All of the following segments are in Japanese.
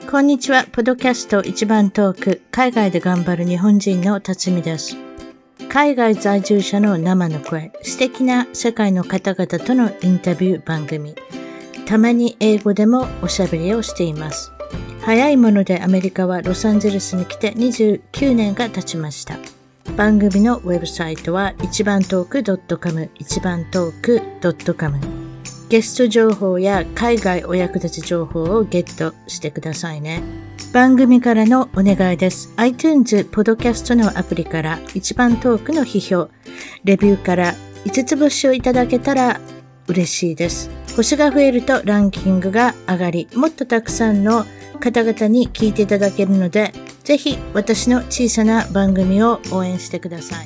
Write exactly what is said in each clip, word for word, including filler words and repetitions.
こんにちは。ポッドキャスト一番トーク、海外で頑張る日本人の辰巳です。海外在住者の生の声、素敵な世界の方々とのインタビュー番組。たまに英語でもおしゃべりをしています。早いものでアメリカはロサンゼルスに来てにじゅうきゅうねんが経ちました。番組のウェブサイトは一番トーク .com、一番トーク .com。ゲスト情報や海外お役立ち情報をゲットしてくださいね。番組からのお願いです。iTunes、ポッドキャストのアプリから一番トークの批評、レビューからいつつ星をいただけたら嬉しいです。星が増えるとランキングが上がり、もっとたくさんの方々に聞いていただけるので、ぜひ私の小さな番組を応援してください。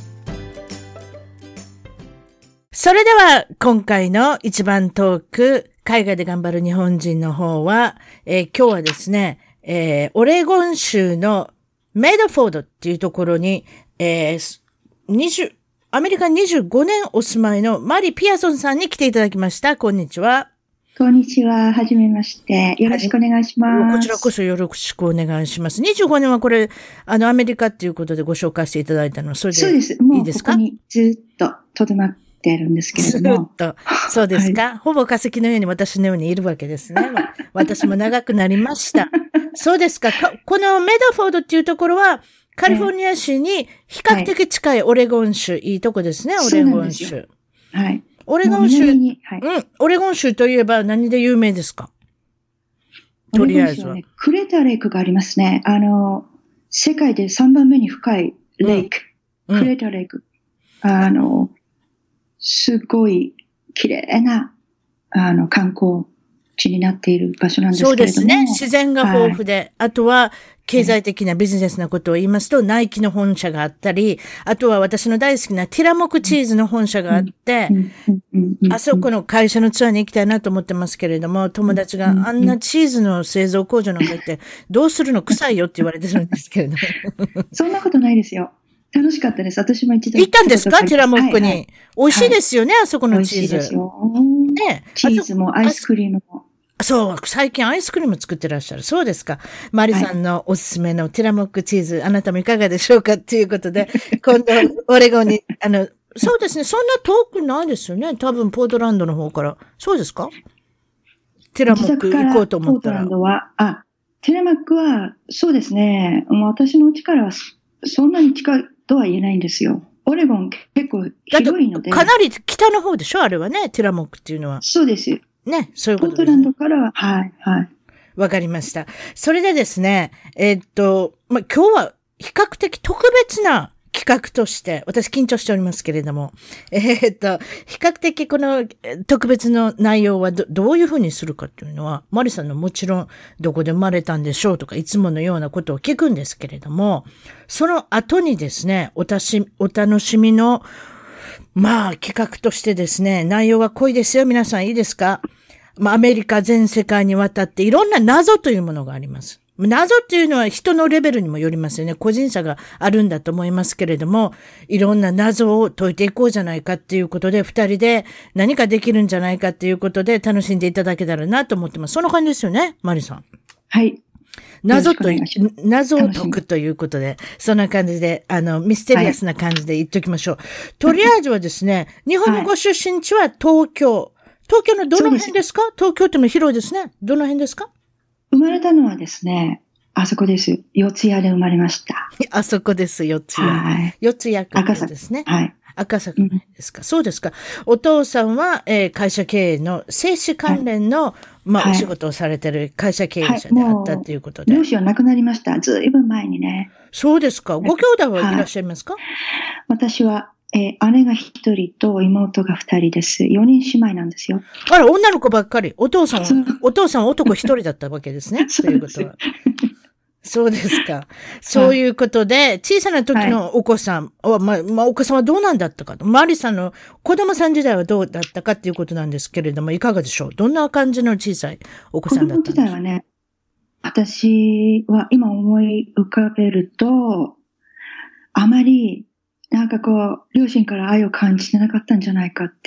それでは今回の一番トーク、海外で頑張る日本人の方は、えー、今日はですね、えー、オレゴン州のメイドフォードっていうところに、えー、20、アメリカにじゅうごねんお住まいのマリ・ピアソンさんに来ていただきました。こんにちは。 こんにちは。はじめまして。よろしくお願いします。 こちらこそよろしくお願いします。にじゅうごねんはこれ、あの、アメリカっていうことでご紹介していただいたの、それでいいですか？ そうです。もうここにずっととどまっているんですけれども。 ずっと。そうですか、はい、ほぼ化石のように私のようにいるわけですね。私も長くなりました。そうですか。このメドフォードっていうところは、カリフォルニア州に比較的近いオレゴン州、はい、いいとこですね、オレゴン州。 はい。 オレゴン州、はい、うん、オレゴン州といえば何で有名ですか？とりあえずは。ね、 クレーターレイクがありますね。あの、世界でさんばんめに深いレイク。うん、クレーターレイク。あの、すごい綺麗な、あの、観光地になっている場所なんですけれども。 そうですね。自然が豊富で、はい、あとは経済的なビジネスなことを言いますと、ナイキの本社があったり、あとは私の大好きなティラモクチーズの本社があって、あそこの会社のツアーに行きたいなと思ってますけれども、友達があんなチーズの製造工場なんか行って、どうするの臭いよって言われてるんですけれども。 そんなことないですよ。楽しかったです。私も一度行ったんですか？ティラモックに。はいはい、美味しいですよね、はい、あそこのチーズ。美味しいですよ。 ね、チーズもアイスクリームも。 そう、最近アイスクリーム作ってらっしゃる。そうですか。マリさんのおすすめのティラモックチーズ、はい、あなたもいかがでしょうかっていうことで、今度、オレゴンに、あの、そうですね、そんな遠くないですよね。多分、ポートランドの方から。そうですか？ティラモック行こうと思ったら。 ポートランドは、あ、ティラモックは、そうですね、もう私の家からはそんなに近いとは言えないんですよ。オレゴン結構広いので。 かなり北の方でしょあれはね、ティラモックっていうのは。 そうです。 ね、そういうことです、ね。 ポートランドからは、はい、はい。 わかりました。それでですね、えー、っと、まあ、今日は比較的特別な企画として、私緊張しておりますけれども、えー、っと、比較的この特別の内容は ど, どういうふうにするかっていうのは、マリさんのもちろんどこで生まれたんでしょうとか、いつものようなことを聞くんですけれども、その後にですね、おたし、お楽しみの、まあ企画としてですね、内容が濃いですよ。皆さんいいですか？まあ、アメリカ全世界にわたっていろんな謎というものがあります。謎っていうのは人のレベルにもよりますよね。個人差があるんだと思いますけれども、いろんな謎を解いていこうじゃないかっていうことで、二人で何かできるんじゃないかっていうことで楽しんでいただけたらなと思ってます。そんな感じですよね、マリさん。 はい。 謎という、謎を解くということで、そんな感じで、あの、ミステリアスな感じで言っておきましょう。はい、とりあえずはですね、日本のご出身地は東京。はい、東京のどの辺ですか？東京っても広いですね。どの辺ですか？ 生まれたのはですね、あそこです。四谷で生まれました。 あそこです、四谷。はい、四谷区ですね。 はい。 赤坂ですか、うん、そうですか。お父さんは、えー、会社経営の製紙関連の、はい、まあ、はい、お仕事をされている会社経営者であったということで。 はい、両親は亡くなりました。ずいぶん前にね。 そうですか。ご兄弟はいらっしゃいますか？はい、 私は、えー、姉が一人と妹が二人です。四人姉妹なんですよ。 あら、女の子ばっかり。お父さん、お父さんは男一人だったわけですね。ということは。そうですか。そういうことで、小さな時のお子さんは、はい、まあ、まあ、お子さんはどうなんだったかと。マリさんの子供さん時代はどうだったかっていうことなんですけれども、いかがでしょう？どんな感じの小さいお子さんだったんですか？ 子供時代はね、私は今思い浮かべると、あまり、なんかこう、両親から愛を感じてなかったんじゃないかって。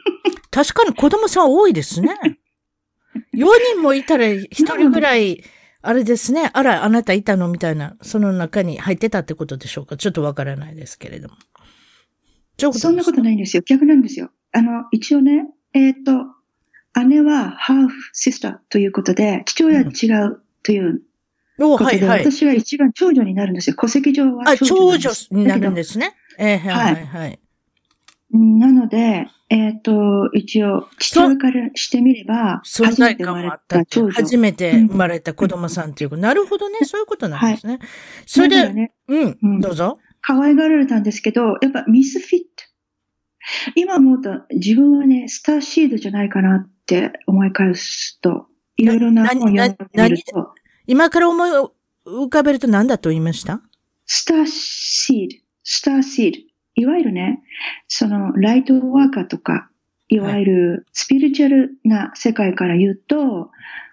確かに子供さん多いですね。よにんもいたらひとりぐらいあれですね。あら、あなたいたのみたいな、その中に入ってたってことでしょうか。ちょっとわからないですけれども。 そんなことないんですよ。逆なんですよ。あの、一応ね、えっと、姉はハーフシスターということで、父親は違うということで、 はいはい、 私は一番長女になるんですよ。戸籍上は長女なんです。 あ、長女になるんですね。えー、はいはいはい。 なので、えっと、一応、父親からしてみれば、 存在感もあったっていう。初めて生まれた子供さんっていう、うん、なるほどね。そういうことなんですね。はい、それで、ね、うん、うん、どうぞ。 可愛がられたんですけど、やっぱミスフィット。今思うと、自分はね、スターシードじゃないかなって思い返すと、いろいろな本を読んでみると。 今から思い浮かべると何だと言いました？ スターシード。スターシード。いわゆるね、その、ライトワーカーとか、いわゆるスピリチュアルな世界から言うと、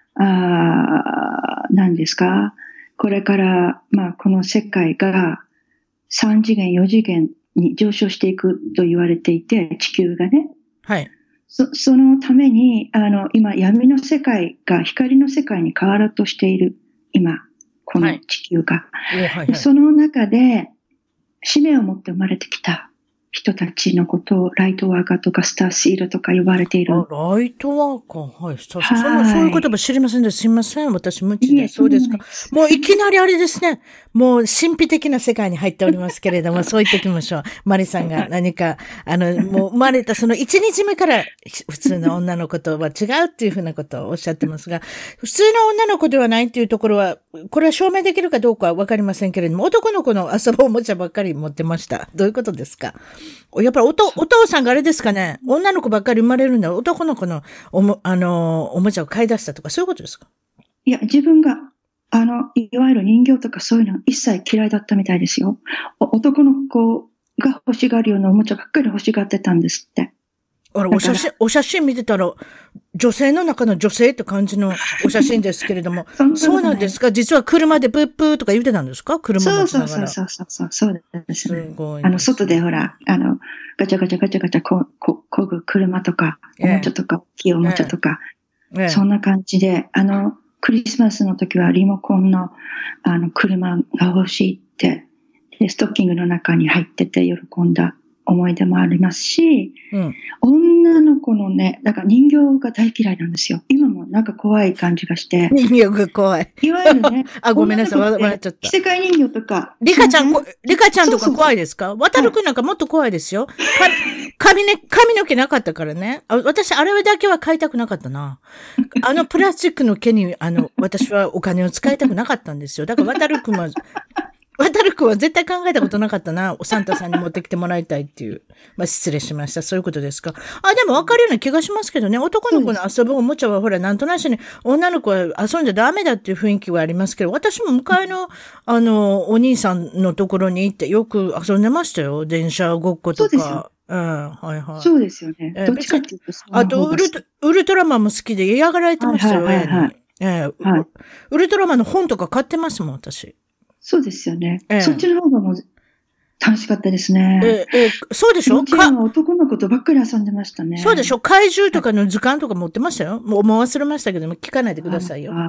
あ何ですか、これから、まあ、この世界がさん次元、よ次元に上昇していくと言われていて、地球がね。 はい。 そ, そのために、あの、今、闇の世界が光の世界に変わろうとしている、今、この地球が。はいはいはい、その中で、使命を持って生まれてきた人たちのことをライトワーカーとかスターシードとか呼ばれている。 あ、ライトワーカー、はい。そのそういう言葉知りませんで、すみません。私無知で。そうですか。もういきなりあれですね。もう神秘的な世界に入っておりますけれども、そう言っておきましょう。マリさんが何か、あの、もう生まれたその一日目から普通の女の子とは違うっていうふうなことをおっしゃってますが、普通の女の子ではないっていうところは、これは証明できるかどうかはわかりませんけれども、男の子の遊ぶおもちゃばっかり持ってました。どういうことですか？やっぱりおとお父さんがあれですかね、女の子ばっかり生まれるんだ、男の子のおも、あの、おもちゃを買い出したとか、そういうことですか？ いや、自分が、あの、いわゆる人形とかそういうの一切嫌いだったみたいですよ。男の子が欲しがるようなおもちゃばっかり欲しがってたんですって。 あれ、お写真、お写真見てたら、女性の中の女性って感じのお写真ですけれども、そうなんですか？実は車でブップーとか言ってたんですか？車持ちながら。 そうそうそうそう、そうですね。 すごい、ね。 あの、外でほら、あの、ガチャガチャガチャガチャこ、こ、こぐ車とか、おもちゃとか、大きいおもちゃとか、ええええ、そんな感じで、あの、クリスマスの時はリモコンの、あの、車が欲しいって、で、ストッキングの中に入ってて喜んだ思い出もありますし、うん、女の子のね、だから人形が大嫌いなんですよ。今もなんか怖い感じがして。 人形が怖い。 いわゆるね。 あ、ごめんなさい、笑っちゃった。 世界人形とか。 リカちゃん、リカちゃんとか怖いですか？渡るくんなんかもっと怖いですよ。髪ね、髪の毛なかったからね。あ、私、あれだけは買いたくなかったな。あのプラスチックの毛に、あの、私はお金を使いたくなかったんですよ。だから渡るくんは、渡るくんは絶対考えたことなかったな。おサンタさんに持ってきてもらいたいっていう。まあ、失礼しました。そういうことですか。あ、でも分かるような気がしますけどね。男の子の遊ぶおもちゃはほら、なんとなしに女の子は遊んじゃダメだっていう雰囲気はありますけど、私も向かいの、あの、お兄さんのところに行ってよく遊んでましたよ。電車ごっことか。うん、はいはい。 そうですよね。えー、どっちかっていうとあとウルト、ウルトラマンも好きで嫌がられてましたよ、 はいはいはいはい、 えーはい。ウルトラマンの本とか買ってますもん、私。 そうですよね。えー、そっちの方がもう楽しかったですね。 えー、えー、そうでしょ？ もちろん男の子とばっかり遊んでましたね。 そうでしょ？怪獣とかの図鑑とか持ってましたよ。もう、もう忘れましたけども、聞かないでくださいよ。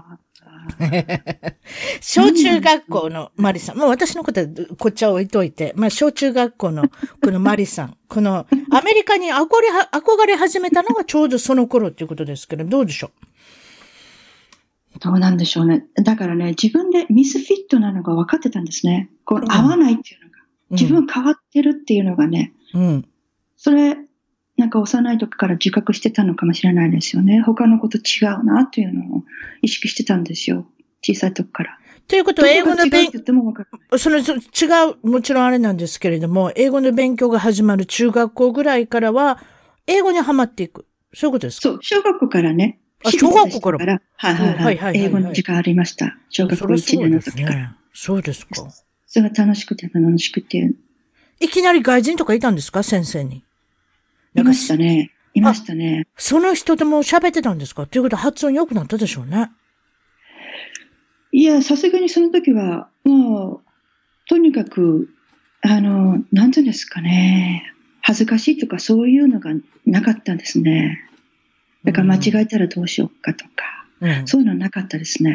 小中学校のマリさん。もう私のことはこっちは置いといて。まあ、小中学校のこのマリさん。このアメリカに憧れ、憧れ始めたのがちょうどその頃っていうことですけど、どうでしょう？どうなんでしょうね。だからね、自分でミスフィットなのが分かってたんですね。この合わないっていうのが。うん、自分変わってるっていうのがね。うん。それ、なんか幼い時から自覚してたのかもしれないですよね。他の子と違うなっていうのを意識してたんですよ。小さい時から。 ということは、英語の勉強、その、違う、もちろんあれなんですけれども、英語の勉強が始まる中学校ぐらいからは、英語にはまっていく。そういうことですか？ そう、小学校からね。 あ、小学校から。 はいはいはい。はいはいはい、英語の時間ありました。小学校いちねんの時から。 そうですか。 それが楽しくて楽しくて。 いきなり外人とかいたんですか？先生に。 いましたね。いましたね。 その人とも喋ってたんですか？ということは発音良くなったでしょうね。 いや、さすがにその時は、もう、とにかく、あの、なんていうんですかね。恥ずかしいとかそういうのがなかったんですね。だから間違えたらどうしようかとか、うん、そういうのはなかったですね。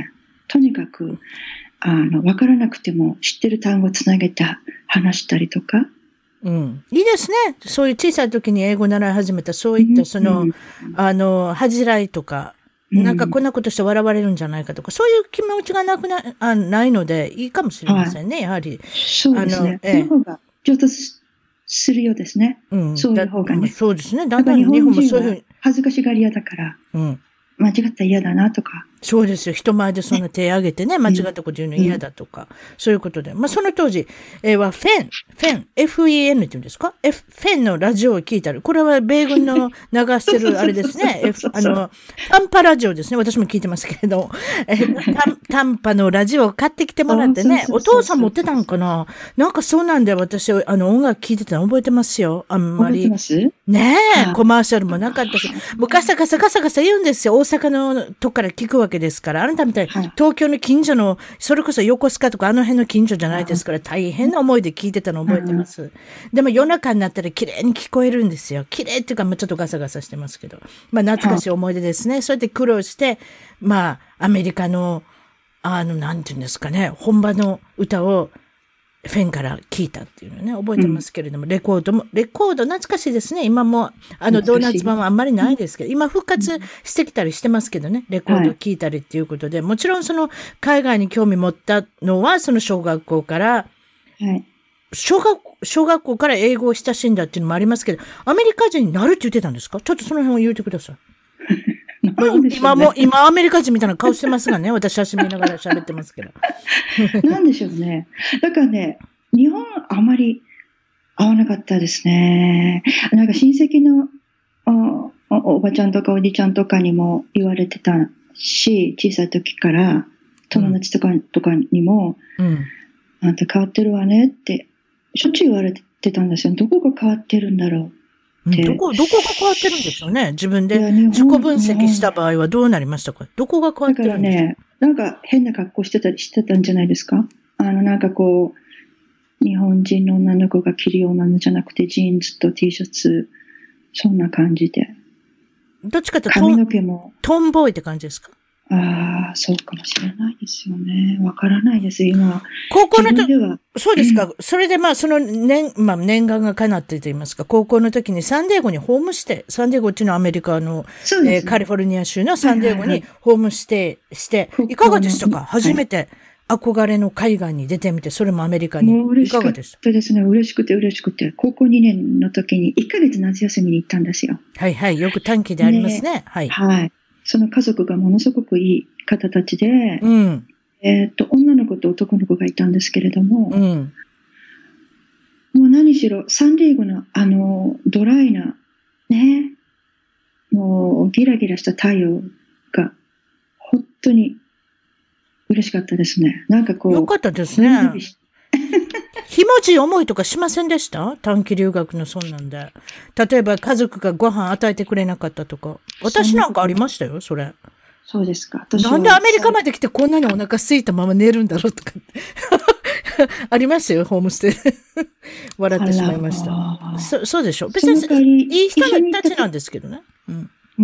とにかく、あの、わからなくても知ってる単語をつなげて話したりとか。 うん。いいですね。そういう小さい時に英語を習い始めた、そういったその、うん、あの、恥じらいとか、なんかこんなことして笑われるんじゃないかとか、そういう気持ちがなくな、あないのでいいかもしれませんね、はい、やはり。 そうですね。その方が上達するようですね。うん。そういう方がね。 そうですね。だんだん日本もそういう。 恥ずかしがり屋だから。うん。間違ったら嫌だなとか。 そうですよ。人前でそんな手挙げてね、間違ったこと言うの嫌だとか、うん、そういうことで。まあ、その当時、えー、は、フェン、フェン、エフイーエヌ って言うんですか？ F、フェンのラジオを聞いたら、これは米軍の流してるあれですね。F、あの、短波ラジオですね。私も聞いてますけれど、えー、短波のラジオを買ってきてもらってね、お父さん持ってたんかな？なんかそうなんで私、あの、音楽聞いてたの覚えてますよ。あんまり。 覚えてます？ ねえ、コマーシャルもなかったし、もうガサガサガサガサ言うんですよ。大阪のとこから聞くわけですから。あなたみたいに、東京の近所の、それこそ横須賀とかあの辺の近所じゃないですから、大変な思いで聞いてたの覚えてます。でも夜中になったら綺麗に聞こえるんですよ。綺麗っていうか、まあちょっとガサガサしてますけど。まあ懐かしい思い出ですね。そうやって苦労して、まあアメリカの、あの、なんていうんですかね、本場の歌を、フェンから聞いたっていうのね、覚えてますけれども、うん、レコードも、レコード懐かしいですね。今も、あの、ドーナツ版はあんまりないですけど、今復活してきたりしてますけどね、レコード聞いたりっていうことで、はい、もちろんその、海外に興味持ったのは、その小学校から、はい、小学、小学校から英語を親しんだっていうのもありますけど、アメリカ人になるって言ってたんですか？ちょっとその辺を言ってください。まあ、今も、今アメリカ人みたいな顔してますがね、私写真見ながら喋ってますけど。 なんでしょうね。だからね、日本あまり合わなかったですね。なんか親戚の お, おばちゃんとかおじちゃんとかにも言われてたし、小さい時から友達とか、うん、とかにも、うん、あんた変わってるわねって、しょっちゅう言われてたんですよ。どこが変わってるんだろう。 どこ、どこが変わってるんでしょうね。自分で自己分析した場合はどうなりましたか？どこが変わってるんですか？ だからね、なんか変な格好してたりしてたんじゃないですか？あの、なんかこう、日本人の女の子が着るようなのじゃなくて、ジーンズと T シャツ、そんな感じで。 どっちかというと、 髪の毛も。 トンボーイって感じですか？ ああ、そうかもしれないですよね。わからないです、今。 高校の時は。そうですか。うん、それでまあ、その年、まあ、念願が叶ってと言いますか、高校の時にサンディエゴにホームステイ、サンディエゴっていうのはアメリカの、ねえー、カリフォルニア州のサンディエゴにホームステイして、はいはいはい、いかがでしたか？初めて憧れの海外に出てみて、それもアメリカに。 もう嬉しかったですね。嬉しくて嬉しくて。高校にねんの時にいっかげつ夏休みに行ったんですよ。 はいはい。よく短期でありますね。ねはい。 はい。その家族がものすごくいい方たちで、 うん、 えっと、女の子と男の子がいたんですけれども、 うん、 もう何しろ、サンディエゴのあの、ドライな、ね、もうギラギラした太陽が、本当に嬉しかったですね。なんかこう。 よかったですね。ひもじい思いとかしませんでした？短期留学のそんなんで。例えば家族がご飯与えてくれなかったとか。私なんかありましたよ、それ。 そうですか。 なんでアメリカまで来てこんなにお腹空いたまま寝るんだろうとか。ありましたよ、ホームステイ。笑ってしまいました。そ, そうでしょ。別にいい人たちなんですけどね。うん。 うん。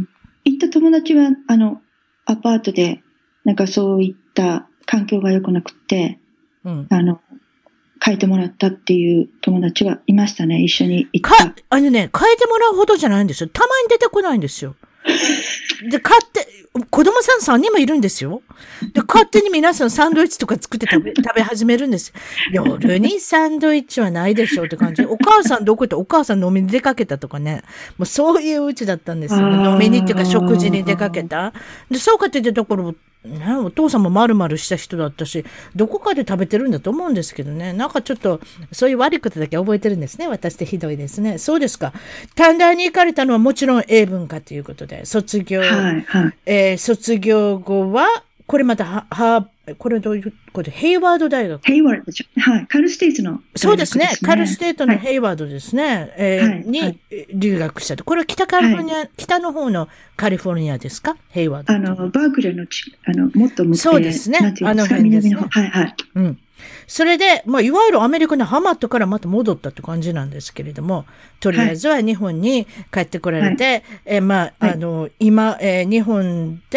行った友達は、あの、アパートで、なんかそういった環境が良くなくて、うん、あの、書いてもらったっていう友達はいましたね、一緒に行った。 か、あのね、書いてもらうほどじゃないんですよ。たまに出てこないんですよ。で、買って、子供さんさんにんもいるんですよ。で、勝手に皆さんサンドイッチとか作って食べ、食べ始めるんですよ。夜にサンドイッチはないでしょうって感じで、お母さんどこ行ったお母さん飲みに出かけたとかね。もうそういううちだったんですよね。飲みにっていうか食事に出かけた。で、そうかって言ったところ、ね、お父さんも丸々した人だったし、どこかで食べてるんだと思うんですけどね。なんかちょっと、そういう悪いことだけ覚えてるんですね。私ってひどいですね。そうですか。短大に行かれたのはもちろん英文科ということで、卒業、 はいはい、 えー、卒業後は、これまたは、は、これどういうこと？ヘイワード大学。 ヘイワードでしょ。はい。カルステートの、ね。 そうですね。カルステートのヘイワードですね。はい、えーはい、に留学したと。これは北カリフォルニア、はい、北の方のカリフォルニアですか？ヘイワード。 あの、バークレーのち、あの、もっと向けそうですね。あの辺ですね。 はいはい。 うん。それで、まあ、いわゆるアメリカにハマったからまた戻ったって感じなんですけれども、とりあえずは日本に帰ってこられて、はい、えー、まあ、あの、はい、今、えー、日本で、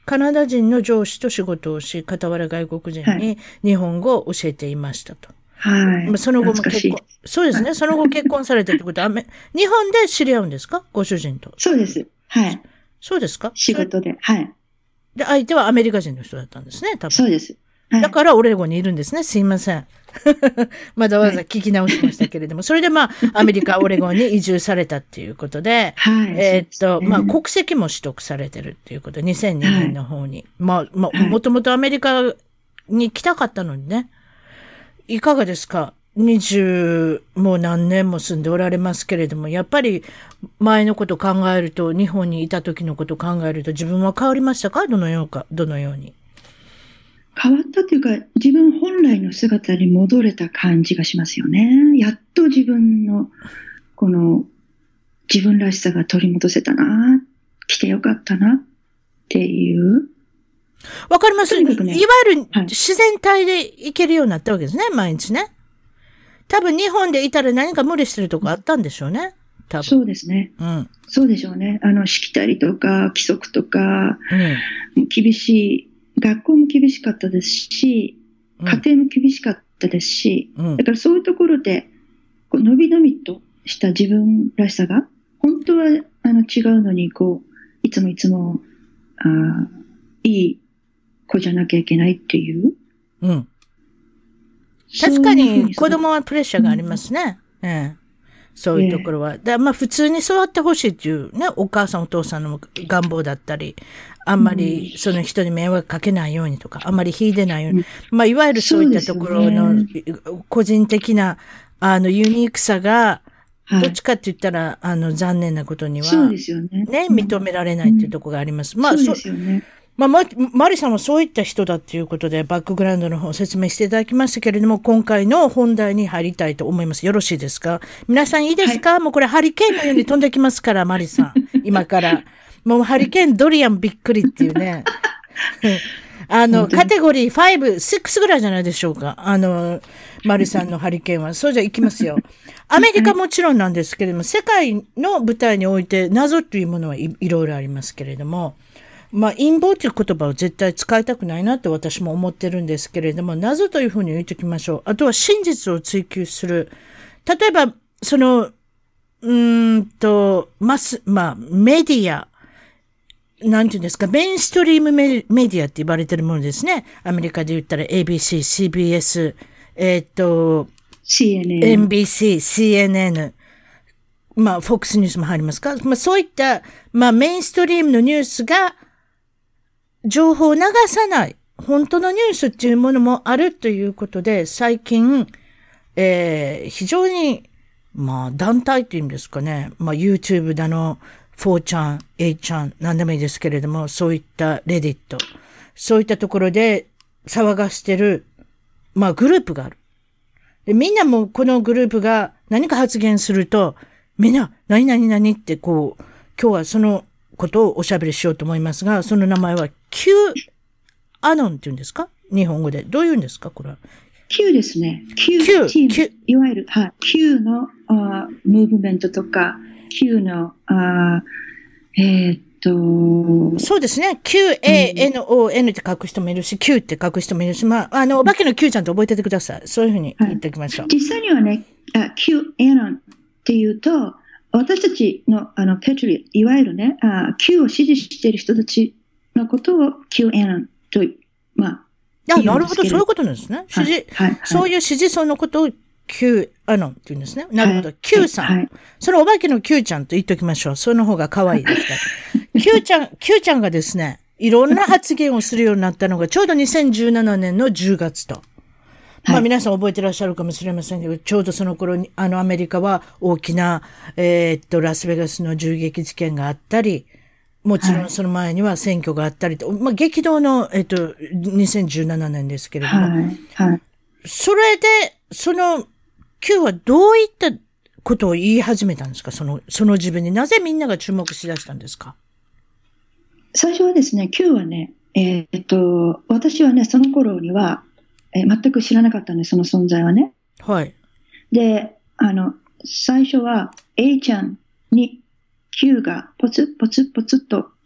カナダ人の上司と仕事をし、傍ら外国人に日本語を教えていましたと。 はい。 その後も結婚、そうですね。その後結婚されてってことは、日本で知り合うんですか？ご主人と。 そうです。はい。 そうですか？ 仕事で。はい。 で、相手はアメリカ人の人だったんですね、多分。 そうです。 はい、だからオレゴンにいるんですね。すいません。まだわざ聞き直しましたけれども。はい、それでまあ、アメリカ、オレゴンに移住されたっていうことで、 はい、 えー、っと、ね、まあ、国籍も取得されてるっていうことで、にせんにねんの方に。はい、まあ、まあ、もともとアメリカに来たかったのにね。いかがですか？にじゅう、もう何年も住んでおられますけれども、やっぱり前のこと考えると、日本にいた時のこと考えると、自分は変わりましたか？どのようか、どのように。 変わったというか、自分本来の姿に戻れた感じがしますよね。やっと自分の、この、自分らしさが取り戻せたな、来てよかったなっていう。 わかります。ね、いわゆる自然体でいけるようになったわけですね、はい、毎日ね。多分日本でいたら何か無理してるとこあったんでしょうね。多分。 そうですね。うん。そうでしょうね。あの、しきたりとか、規則とか、うん、厳しい。学校も厳しかったですし、家庭も厳しかったですし、うん、だからそういうところで、こうのびのびとした自分らしさが、本当はあの違うのに、こう、いつもいつも、あいい子じゃなきゃいけないっていう。 うん。確かに子供はプレッシャーがありますね。うん、ええ、そういうところは。だまあ普通に育ってほしいっていうね、お母さんお父さんの願望だったり、あんまりその人に迷惑かけないようにとか、あんまり秀でないように。まあいわゆるそういったところの個人的なあのユニークさが、どっちかって言ったら、あの残念なことには、 そうですよね。 ね、認められないっていうところがあります。まあそうですよね。 まあ、ま、マリさんはそういった人だっていうことで、バックグラウンドの方を説明していただきましたけれども、今回の本題に入りたいと思います。よろしいですか？皆さんいいですか？はい、もうこれハリケーンのように飛んできますから、マリさん。今から。もうハリケーンドリアンびっくりっていうね。あの、カテゴリーご、ろくぐらいじゃないでしょうか。あの、マリさんのハリケーンは。そうじゃいきますよ。アメリカもちろんなんですけれども、世界の舞台において謎というものはい、いろいろありますけれども、まあ、陰謀という言葉を絶対使いたくないなって私も思ってるんですけれども、謎というふうに言っておきましょう。あとは真実を追求する。例えば、その、うーんと、マス、まあ、メディア、なんていうんですか、メインストリームメディアって言われてるものですね。アメリカで言ったら エービーシー、シービーエス、えっと、 シーエヌエヌ、 エヌビーシー、シーエヌエヌ、まあ、フォックスニュースも入りますか。まあ、そういった、まあ、メインストリームのニュースが、情報を流さない、本当のニュースっていうものもあるということで、最近、えー、非常に、まあ、団体っていうんですかね、まあ、YouTube だの、フォーちゃん、エイちゃん、なんでもいいですけれども、そういったレディット、そういったところで騒がしてる、まあ、グループがある。でみんなもこのグループが何か発言すると、みんな、何々何ってこう、今日はそのことをおしゃべりしようと思いますが、その名前は Q アノンって言うんですか？日本語で。どう言うんですかこれは。 Q ですね。Q チーム。Q、いわゆる、はい、Q のあムーブメントとか、Q の、あえー、っと。 そうですね。キューエーエヌオーエヌ って書く人もいるし、Q って書く人もいるし、まあ、あの、お化けの Q ちゃんと覚えててください。そういうふうに言っておきましょう。 はい、実際にはね、あ Q アノンっていうと、私たちの、あの、ペトリ、いわゆるね、あ Q を支持している人たちのことを Q アノンと、まあ、 あ、なるほど、そういうことなんですね。支持、 はいはい、 そういう支持層のことを Q アノンって言うんですね。なるほど。はい、Q さん、はい。そのお化けの Q ちゃんと言っておきましょう。その方が可愛いですから。Q ちゃん、Q ちゃんがですね、いろんな発言をするようになったのが、ちょうどにせんじゅうななねんのじゅうがつと。まあ皆さん覚えてらっしゃるかもしれませんけど、ちょうどその頃に、あのアメリカは大きな、えー、っと、ラスベガスの銃撃事件があったり、もちろんその前には選挙があったりと、はい、まあ激動の、えー、っと、にせんじゅうななねんですけれども、はいはい、それで、その、Q はどういったことを言い始めたんですか？その、その自分に。なぜみんなが注目しだしたんですか？ 最初はですね、Q はね、えー、っと、私はね、その頃には、えー、全く知らなかったんです、その存在はね。 はい。 で、あの、最初は A ちゃんに Q がポツポツポツと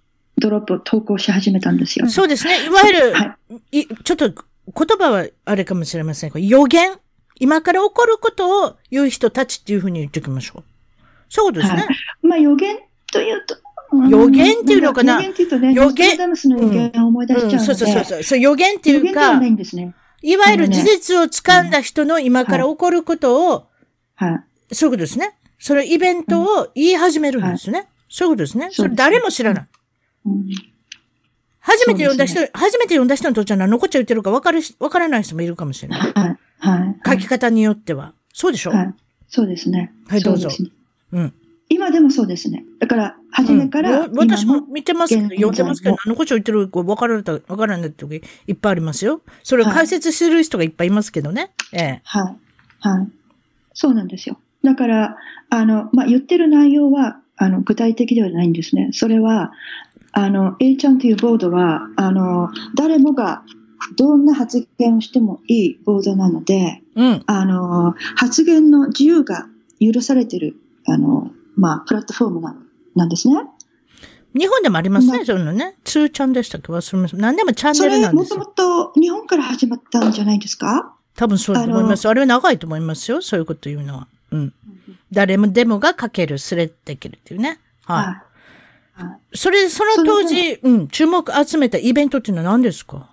ドロップを投稿し始めたんですよ。 そうですね。いわゆる、 はい、 いちょっと言葉はあれかもしれませんが、予言。今から起こることを言う人たちっていうふうに言っておきましょう。そうですね。はい、 まあ予言というと、 予言っていうのかな。 予言っていうとね、予言。ノストラダムスの予言を思い出しちゃうので、うんうん、そうそうそうそう。予言っていうか、予言ではないんですね。いわゆる事実を掴んだ人の今から起こることを、はいはい、そういうことですね。それイベントを言い始めるんですね。はい、そういうことですね。それ誰も知らない。うん、初めて読んだ人、ね、初めて読んだ人にとっては何のこっちゃ言ってるか分かる、分からない人もいるかもしれない。はい。はい。書き方によっては。そうでしょ？はい。 そうですね。 はい、どうぞ。 うね、 うん。 今でもそうですね。だから、初めから、 うん、私も見てますけど、読んでますけど、何のこっちゃ言ってるか分からない、分からない時いっぱいありますよ。それを解説する人がいっぱいいますけどね。はい、ええ。 はい。はい。そうなんですよ。だから、あの、まあ、言ってる内容は、あの、具体的ではないんですね。それは、あの、A ちゃんというボードは、あの、誰もがどんな発言をしてもいいボードなので、うん、あの、発言の自由が許されている、あの、まあ、プラットフォームな、なんですね。 日本でもありますね、そういうのね。ツーちゃんでしたっけ？忘れました。何でもチャンネルなんですよ。 それ、もともと日本から始まったんじゃないですか？ 多分そうだと思います。あ, あれは長いと思いますよ、そういうこと言うのは。うん。うん、誰もデモが書ける、スレできるっていうね。はい。はい、それ、その当時、うん、注目集めたイベントっていうのは何ですか？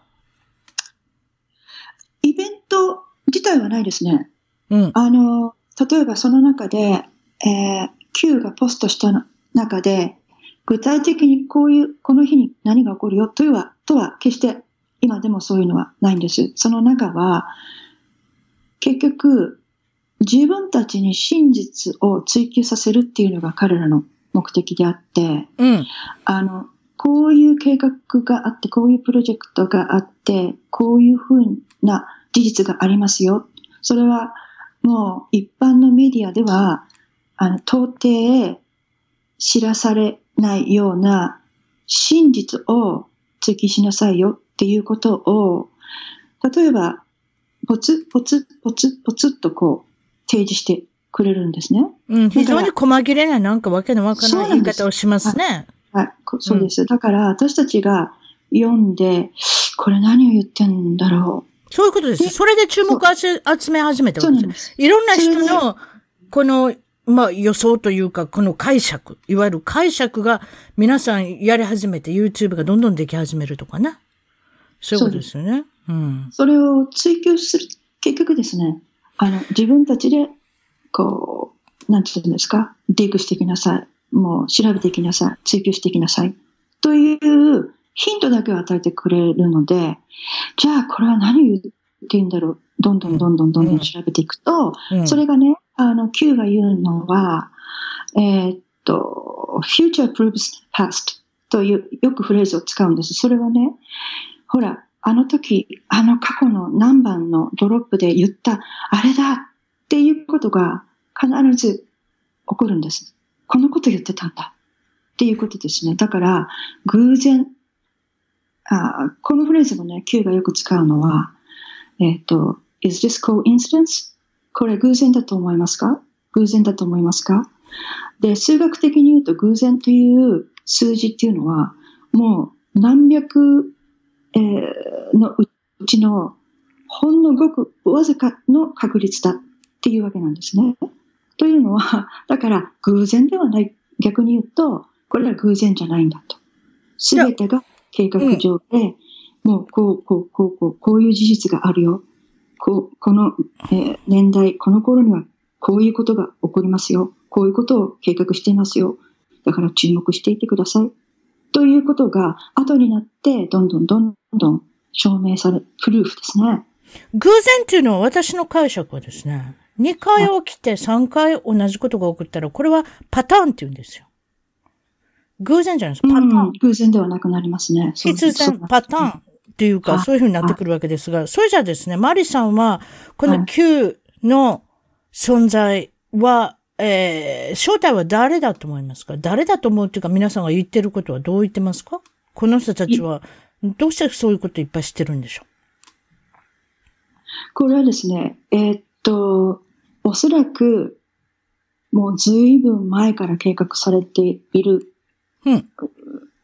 イベント自体はないですね。うん。あの、例えばその中で、えー、Q がポストした中で、具体的にこういう、この日に何が起こるよというは、とは決して今でもそういうのはないんです。その中は、結局、自分たちに真実を追求させるっていうのが彼らの目的であって、うん、あの、こういう計画があって、こういうプロジェクトがあって、こういうふうな事実がありますよ。それはもう一般のメディアでは、あの、到底知らされないような真実を追求しなさいよっていうことを、例えば、ポツポツポツポツっとこう提示してくれるんですね。 うん、非常に細切れななんかわけのわからない言い方をしますね。 はい、はい、そうです。だから私たちが読んで、これ何を言ってんだろう。そういうことです。それで注目を集め始めたわけです。いろんな人の、この、まあ予想というか、この解釈、いわゆる解釈が皆さんやり始めて YouTube がどんどんでき始めるとかね。そういうことですよね。うん。 それを追求する、結局ですね、あの、自分たちで、こう、なんて言うんですか、ディークしていきなさい。もう調べていきなさい。追求していきなさい。というヒントだけを与えてくれるので、じゃあこれは何を言って言うんだろう。どんどんどんどんどんどん調べていくと、うんうん、それがね、あの、Q が言うのは、えー、っと、future proves past という、よくフレーズを使うんです。それはね、ほら、あの時、あの過去の何番のドロップで言った、あれだっていうことが必ず起こるんです。このこと言ってたんだっていうことですね。だから、偶然、あこのフレーズもね、Q がよく使うのは、えっと、is this coincidence? これ偶然だと思いますか？偶然だと思いますか？で、数学的に言うと偶然という数字っていうのは、もう何百えー、のうちのほんのごくわずかの確率だっていうわけなんですね。というのは、だから偶然ではない。逆に言うと、これは偶然じゃないんだと。すべてが計画上で、うん、もうこう、こう、こう、こう、こういう事実があるよ。こう、この、えー、年代、この頃にはこういうことが起こりますよ。こういうことを計画していますよ。だから注目していてください。ということが後になってどんどんどんどん証明され、プルーフですね。 偶然っていうのは私の解釈はですね、にかい起きてさんかい同じことが起こったら、これはパターンって言うんですよ。偶然じゃないですか。パターン。うん、 偶然ではなくなりますね。 必然、パターンっていうか、そういうふうになってくるわけですが、それじゃあですね、マリさんは、この Q の存在は、えー、正体は誰だと思いますか？誰だと思うっていうか、皆さんが言ってることはどう言ってますか？この人たちは、どうしてそういうこといっぱい知ってるんでしょう？ これはですね、えー、っと、おそらく、もう随分前から計画されている、うん、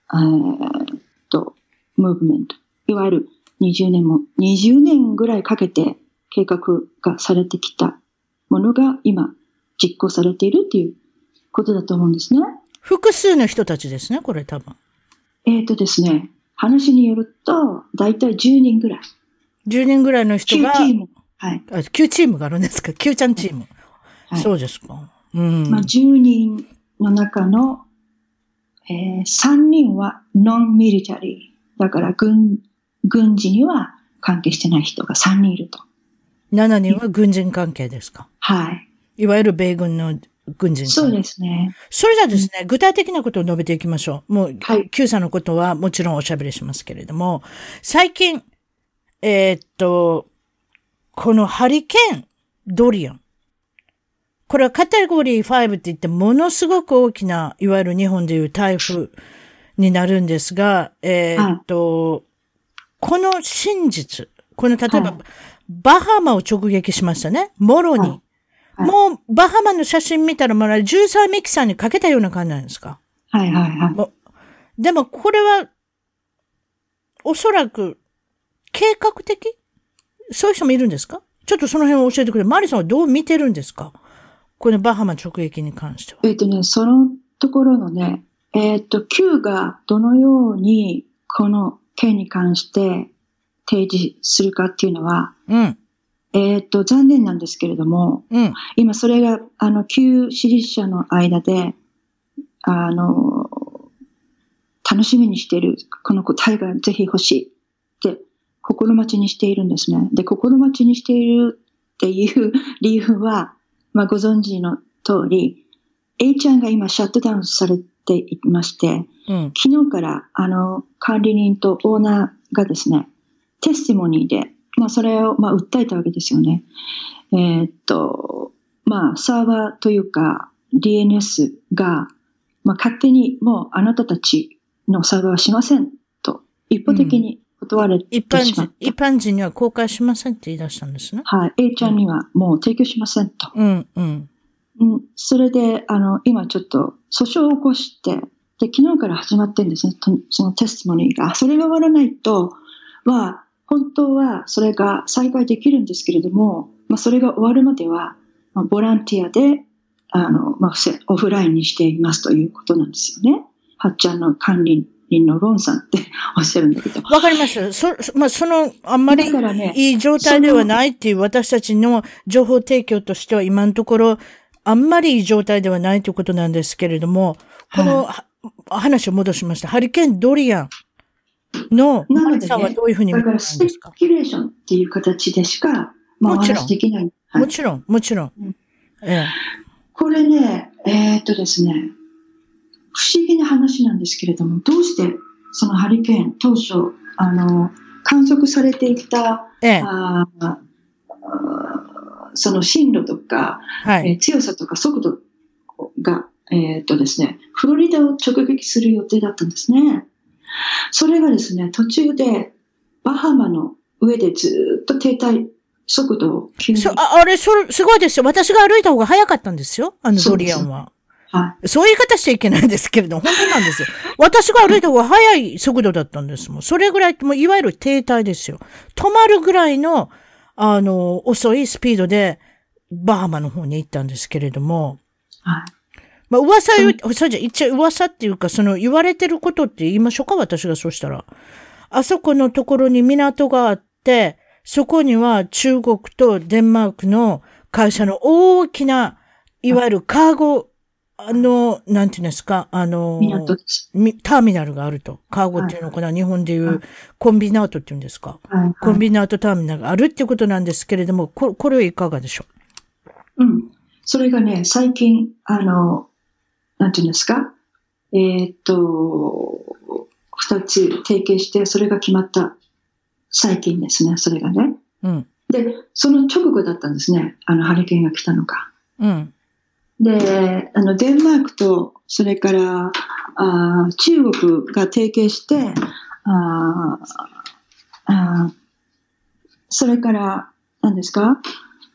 えー、と、ムーブメント。いわゆるにじゅうねんも、にじゅうねんぐらいかけて計画がされてきたものが今実行されているっていうことだと思うんですね。 複数の人たちですね、これ多分。 えっ、とですね、話によると、だいたいじゅうにんぐらい。 じゅうにんぐらいの人が。 きゅうチーム。はい。 あ、きゅうチームがあるんですか？ きゅう ちゃんチーム。はい、そうですか。うん。 まあ、じゅうにんの中の、えー、さんにんはノンミリタリー。だから軍、軍事には関係してない人がさんにんいると。 しちにんは軍人関係ですか？ はい。 いわゆる米軍の軍人関係。 そうですね。 それじゃあですね、うん、具体的なことを述べていきましょう。もう、 はい、 Q さんのことはもちろんおしゃべりしますけれども、最近、えー、っと、このハリケーン、ドリアン。これはカテゴリーファイブって言ってものすごく大きな、いわゆる日本でいう台風になるんですが、えー、っと、はい、この真実、この例えば、はい、バハマを直撃しましたね。もろに。はいはい、もう、バハマの写真見たら、まだじゅうさんミキサーにかけたような感じなんですか？ はいはいはい。もでも、これは、おそらく、計画的？そういう人もいるんですか？ちょっとその辺を教えてくれ。マリさんはどう見てるんですか？このバハマ直撃に関しては。 えっとね、そのところのね、えっと、Q がどのように、この件に関して提示するかっていうのは、 うん。 えっと、残念なんですけれども、 うん、 今それが、あの、旧支持者の間で、あの、楽しみにしている、この答えがぜひ欲しいって、心待ちにしているんですね。で、心待ちにしているっていう理由は、まあ、ご存知の通り、A ちゃんが今シャットダウンされていまして、 うん、 昨日から、あの、管理人とオーナーがですね、テスティモニーで、まあ、それを、まあ、訴えたわけですよね。えー、っと、まあ、サーバーというか、ディーエヌエス が、まあ、勝手にもうあなたたちのサーバーはしませんと、一方的に断れてしまった、 うん、一般人。一般人には公開しませんって言い出したんですね。 はい。A ちゃんにはもう提供しませんと。 うん、うん。 うん、それで、あの、今ちょっと訴訟を起こして、で、昨日から始まってるんですね、そのテスティモニーが。それが終わらないと、は、本当はそれが再開できるんですけれども、まあ、それが終わるまでは、まあ、ボランティアで、あの、まあ、オフラインにしていますということなんですよね。はっちゃんの管理人のロンさんっておっしゃるんだけど。 わかります。そ、まあ、その、あんまりいい状態ではないっていう私たちの情報提供としては今のところ、あんまりいい状態ではないということなんですけれども、この、はい、話を戻しました。ハリケーンドリアンの、マリさんはどういうふうに見てるんですか？ だからスペキュレーションっていう形でしか、まあ、お話できない。 はい、もちろん、もちろん。 うんええ、 これね、えー、っとですね、不思議な話なんですけれども、どうしてそのハリケーン当初、あの、観測されていた、 ええ、 あその進路とか、はい、えー、強さとか速度が、えー、っとですね、フロリダを直撃する予定だったんですね。それがですね、途中でバハマの上でずっと停滞、速度を急に。 そ、あ、あれ、それ、すごいですよ。私が歩いた方が早かったんですよ。あのドリアンは。 はい。 そういう言い方しちゃいけないんですけれども、本当なんですよ。私が歩いた方が早い速度だったんですもん。それぐらい、もういわゆる停滞ですよ。止まるぐらいの、あの、遅いスピードで、バハマの方に行ったんですけれども。 はい。 まあ、噂言う、それじゃ、一応噂っていうか、その言われてることって言いましょうか、私がそうしたら。あそこのところに港があって、そこには中国とデンマークの会社の大きな、いわゆるカーゴ、あの、なんていうんですか、あの、ターミナルがあると。カーゴっていうのかな、はい、日本でいうコンビナートっていうんですか。はいはい、コンビナートターミナルがあるっていうことなんですけれども、こ, これはいかがでしょう？うん。それがね、最近、あの、なんていうんですか、えー、っと、二つ提携して、それが決まった最近ですね、それがね。 うん。 で、その直後だったんですね、あの、ハリケーンが来たのが。 うん。 で、あの、デンマークと、それから、あ中国が提携して、ああそれから、何ですか、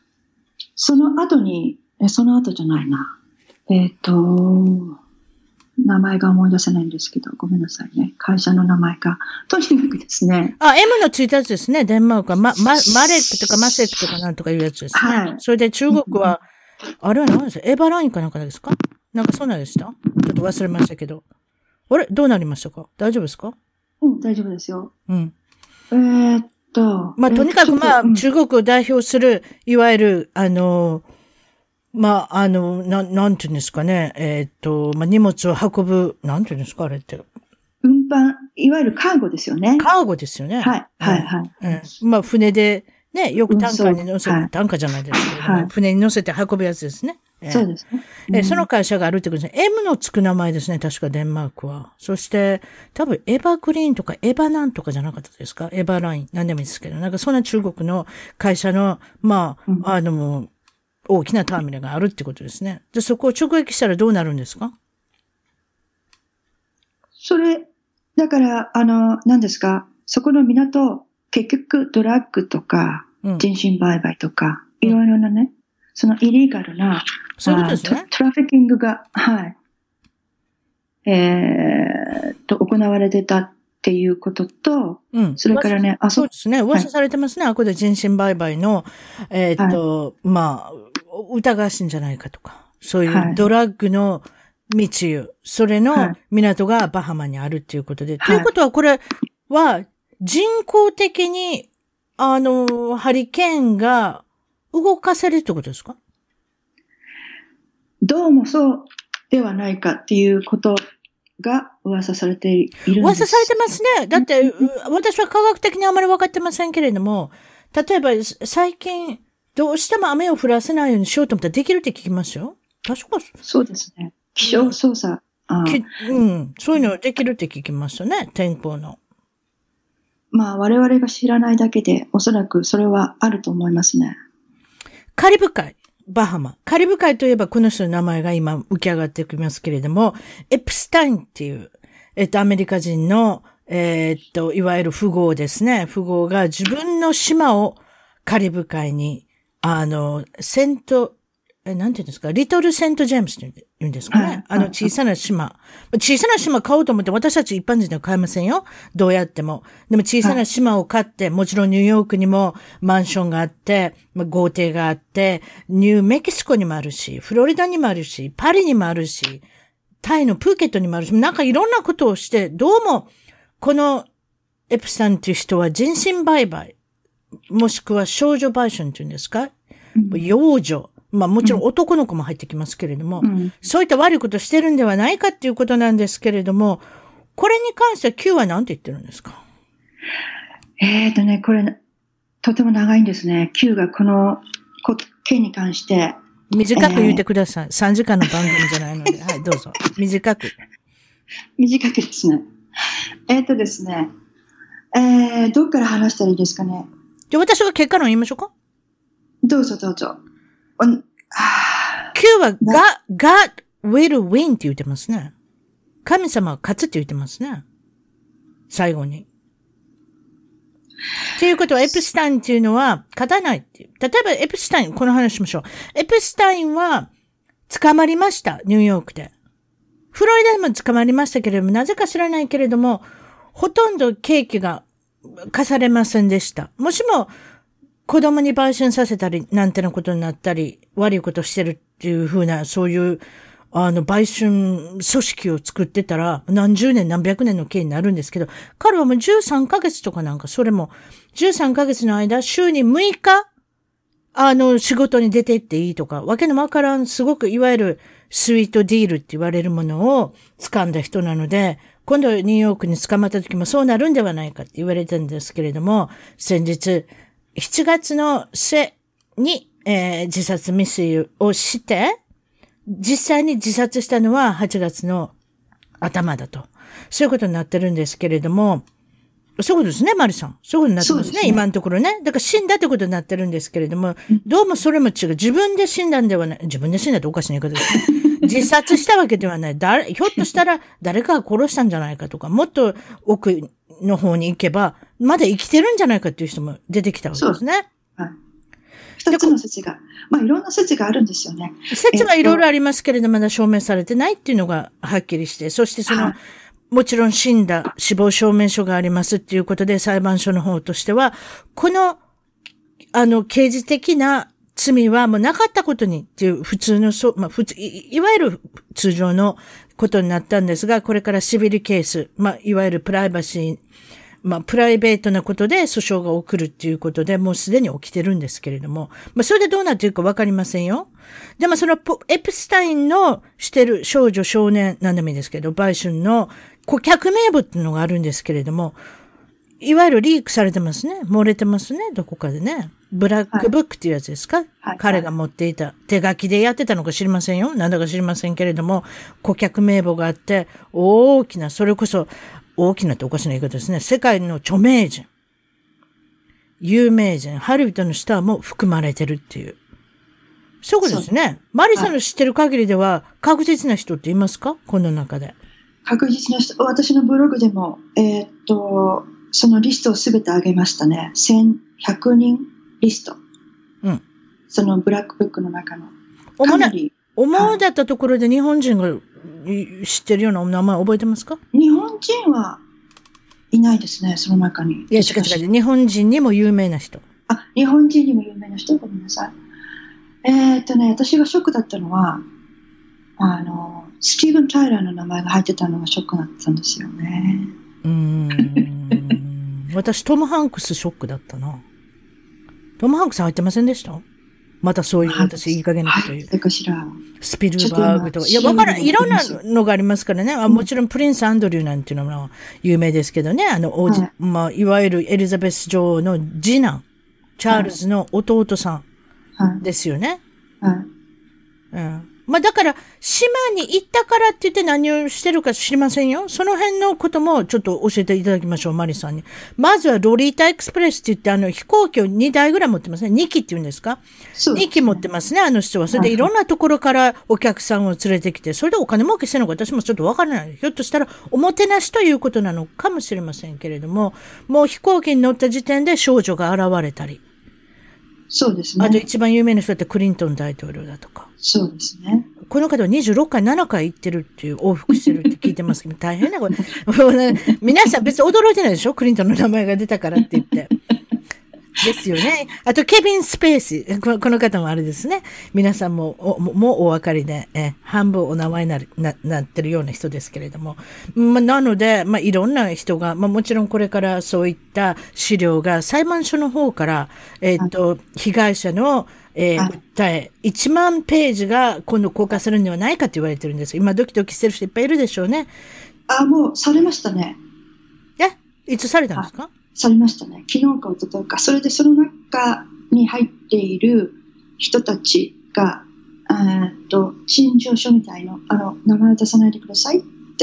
その後に、えその後じゃないな。えっと、 名前が思い出せないんですけど、ごめんなさいね。会社の名前が。とにかくですね。 あ、M のついたやつですね。デンマークは。ま、ま、マレックとかマセックとかなんとかいうやつですね。はい。それで中国は、あれは何ですか？エバラインかなんかですか？なんかそうなんでした？ちょっと忘れましたけど。あれどうなりましたか？大丈夫ですか？ うん、大丈夫ですよ。 うん。 えー、っと。 まあ、とにかくまあ、うん、中国を代表する、いわゆる、あの、まあ、あの、な、なんていうんですかね。えー、っと、まあ、荷物を運ぶ、なんていうんですか、あれって。 運搬、いわゆるカーゴですよね。 カーゴですよね。 はい、はい、はい。 うん。まあ、船で、ね、よくタンカーに乗せて、はい、タンカーじゃないですけど、はい、船に乗せて運ぶやつですね。 えー、そうですね、 うん。え、その会社があるってことですね。M のつく名前ですね。確かデンマークは。そして、多分エバグリーンとかエバなんとかじゃなかったですか？エバライン。なんでもいいですけど。なんかそんな中国の会社の、まあ、うん、あの、大きなターミナルがあるってことですね。で、そこを直撃したらどうなるんですか？ それ、だから、あの、何ですか？そこの港、結局ドラッグとか、人身売買とか、うん、いろいろなね、そのイリーガルな、 そういうことですね。 ト, トラフィッキングが、はい、えー、と、行われてたっていうことと、 うん、 それからね、 あ、そうですね。噂されてますね。はい、あこで人身売買の、えー、っと、はい、まあ、疑わしいんじゃないかとか、そういうドラッグの密輸、はい、それの港がバハマにあるっていうことで。はい、ということは、これは人工的に、あの、ハリケーンが動かせるってことですか？ どうもそうではないかっていうことが噂されているんです。 噂されてますね。だって、私は科学的にあまり分かってませんけれども、例えば最近、どうしても雨を降らせないようにしようと思ったらできるって聞きますよ。確かそうですね。気象操作。 うん、うん。そういうのできるって聞きましたね。天候の。 まあ、我々が知らないだけで、おそらくそれはあると思いますね。 カリブ海、バハマ。カリブ海といえばこの人の名前が今浮き上がってきますけれども、エプスタインっていう、えっと、アメリカ人の、えー、っと、いわゆる富豪ですね。富豪が自分の島をカリブ海に、あの、セント、え、なんて言うんですか？リトルセントジェームスって言うんですかね、はい、あの小さな島。小さな島買おうと思って私たち一般人では買えませんよ。どうやっても。でも小さな島を買って、はい、もちろんニューヨークにもマンションがあって、豪邸があって、ニューメキシコにもあるし、フロリダにもあるし、パリにもあるし、タイのプーケットにもあるし、なんかいろんなことをして、どうも、このエプさんという人は人身売買、もしくは少女売春っていうんですか、うん、幼女。まあもちろん男の子も入ってきますけれども、うん、そういった悪いことしてるんではないかっていうことなんですけれども、これに関しては Q は何て言ってるんですか？ えーとね、これ、とても長いんですね。Q がこの件に関して。 短く言ってください。えー、さんじかんの番組じゃないので。はい、どうぞ。短く。 短くですね。えーとですね、えー、どっから話したらいいですかね。 じゃあ私が結果論言いましょうか？ どうぞどうぞ。 Q は God, God will win って言ってますね。神様は勝つって言ってますね。最後に。っていうことは、エプスタインっていうのは勝たないっていう。例えば、エプスタイン、この話しましょう。エプスタインは捕まりました。ニューヨークで。フロリダでも捕まりましたけれども、なぜか知らないけれども、ほとんど刑期が課されませんでした。もしも、子供に売春させたり、なんてなことになったり、悪いことしてるっていうふうな、そういう、あの、売春組織を作ってたら、何十年何百年の刑になるんですけど、彼はもうじゅうさんかげつとかなんか、それも、じゅうさんかげつの間、週にむいか、あの、仕事に出てっていいとか、わけのわからん、すごくいわゆるスイートディールって言われるものを掴んだ人なので、今度ニューヨークに捕まった時もそうなるんではないかって言われてるんですけれども、先日、しちがつの末に、えー、自殺未遂をして、実際に自殺したのははちがつの頭だと。そういうことになってるんですけれども、そういうことですね、マリさん。そういうことになってますね、すね今のところね。だから死んだってことになってるんですけれども、どうもそれも違う。自分で死んだんではない。自分で死んだっておかしな言い方ですね。自殺したわけではない。誰、ひょっとしたら誰かが殺したんじゃないかとか、もっと奥の方に行けば、まだ生きてるんじゃないかっていう人も出てきたわけですね。はい、 二つの説が。まあ、いろんな説があるんですよね。 説はいろいろありますけれども、まだ証明されてないっていうのがはっきりして、そしてその、はい、もちろん死んだ死亡証明書がありますっていうことで、裁判所の方としては、この、あの、刑事的な罪はもうなかったことにっていう普通の、まあ、普通、いわゆる通常のことになったんですが、これからシビルケース、まあ、いわゆるプライバシー、まあ、プライベートなことで訴訟が起きるっていうことで、もうすでに起きてるんですけれども、まあ、それでどうなっているかわかりませんよ。でもその、エプスタインのしてる少女少年、なんでもいいですけど、売春の顧客名簿っていうのがあるんですけれども、いわゆるリークされてますね。漏れてますね。どこかでね。ブラックブックっていうやつですか、はいはい、彼が持っていた。手書きでやってたのか知りませんよ。なんだか知りませんけれども、顧客名簿があって、大きな、それこそ、大きなっておかしな言い方ですね。世界の著名人、有名人、ハリウッドのスターも含まれてるっていう。そういうことですね。マリさんの知ってる限りでは、確実な人っていますか、この中で。 確実な人、私のブログでも、えー、っと、そのリストをすべて上げましたね。せんひゃくにんリスト。 うん。 そのブラックブックの中の。 主な、主だったところで日本人が知ってるような名前覚えてますか？ 日本人はいないですね、その中に。 いや、違う違う。日本人にも有名な人。 あ、日本人にも有名な人ごめんなさい。えー、っとね、私がショックだったのは、あの、スティーブン・タイラーの名前が入ってたのがショックだったんですよね。 うーん。私、トム・ハンクスショックだったな。トム・ハンクス入ってませんでした？またそういう私、いい加減なこと言う。 かしら。 スピルバーグとか。いや、わからん。いろんなのがありますからね。あ、もちろん、プリンス・アンドリューなんていうのも有名ですけどね。あの、王子、はい、まあ、いわゆるエリザベス女王の次男、チャールズの弟さんですよね。 はい。はい、 うん。まあ、だから、島に行ったからって言って何をしてるか知りませんよ。その辺のこともちょっと教えていただきましょう、マリさんに。まずはロリータエクスプレスって言って、あの、飛行機をにだいぐらい持ってますね。にきって言うんですか？そうですね。にき持ってますね、あの人は。それでいろんなところからお客さんを連れてきて、それでお金儲けしてるのか私もちょっとわからない。ひょっとしたら、おもてなしということなのかもしれませんけれども、もう飛行機に乗った時点で少女が現れたり。 そうですね。 あと一番有名な人ってクリントン大統領だとか。 そうですね。 この方はにじゅうろっかい、ななかい行ってるっていう往復してるって聞いてますけど、大変なこれ。皆さん別に驚いてないでしょ？クリントンの名前が出たからって言って。ですよね。あと、ケビン・スペーシー。この方もあれですね。皆さんも、おもうお分かりで、え、半分お名前になる、な、なってるような人ですけれども。まあ、なので、まあ、いろんな人が、まあ、もちろんこれからそういった資料が裁判所の方から、えっと、被害者の、えー、訴え、いちまんページが今度公開するんではないかと言われてるんです。今ドキドキしてる人いっぱいいるでしょうね。 あ、もうされましたね。 え、いつされたんですか？ されましたね。昨日か一昨日か。それでその中に入っている人たちが、えっと、陳情書みたいの、あの、名前を出さないでくださいって。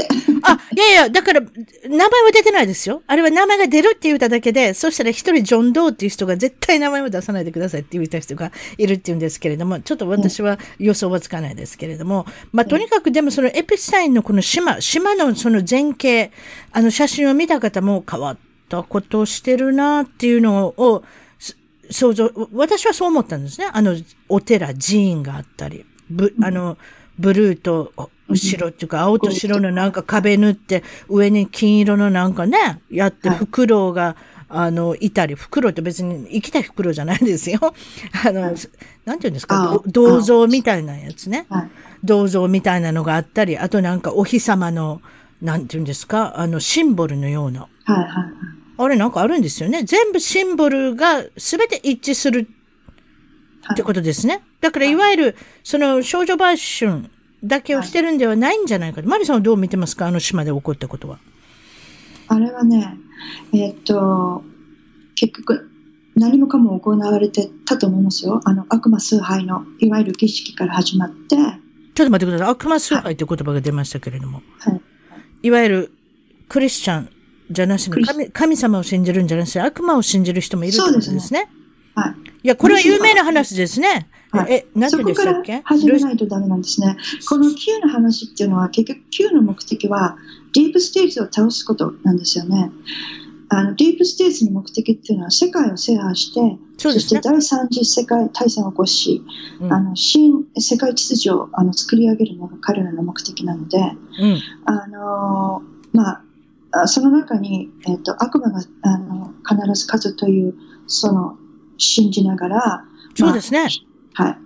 あ、いやいや、だから、名前は出てないですよ。あれは名前が出るって言っただけで、そしたら一人ジョン・ドーっていう人が絶対名前を出さないでくださいって言った人がいるっていうんですけれども、ちょっと私は予想はつかないですけれども、まあ、とにかくでもそのエピスタインのこの島、島のその前景、あの写真を見た方も変わったことをしてるなっていうのを想像、私はそう思ったんですね。あの、お寺、寺院があったり、ブ、あの、ブルーと白っていうか、青と白のなんか壁塗って、上に金色のなんかね、やって、フクロウが、あの、いたり、フクロウって別に生きたフクロウじゃないですよ。あの、なんて言うんですか、銅像みたいなやつね。銅像みたいなのがあったり、あとなんかお日様の、なんて言うんですか、あの、シンボルのような。 はいはいはい。 あれなんかあるんですよね。全部シンボルが全て一致するってことですね。だからいわゆる、その少女売春だけをしてるんではないんじゃないかと。マリさんはどう見てますか？あの島で起こったことは。 あれはね、えー、っと、結局何もかも行われてたと思いますよ。あの悪魔崇拝のいわゆる儀式から始まって。ちょっと待ってください。悪魔崇拝って言葉が出ましたけれども。はい。いわゆるクリスチャンじゃなしに神、神様を信じるんじゃなしに悪魔を信じる人もいるってことですね。そうですね。はい。いや、これは有名な話ですね。はい、え、何て言うんでしたっけ？ そこから始めないとダメなんですね。この Q の話っていうのは結局 Q の目的はディープステートを倒すことなんですよね。 あのディープステートの目的っていうのは世界を制覇して、 そうですね、 そして第三次世界大戦を起こし、うん、あの新世界秩序をあの作り上げるのが彼らの目的なので、うん、あのまあ、その中に、えーと、悪魔があの必ず勝つというその信じながら、 そうですね、 まあ、はい、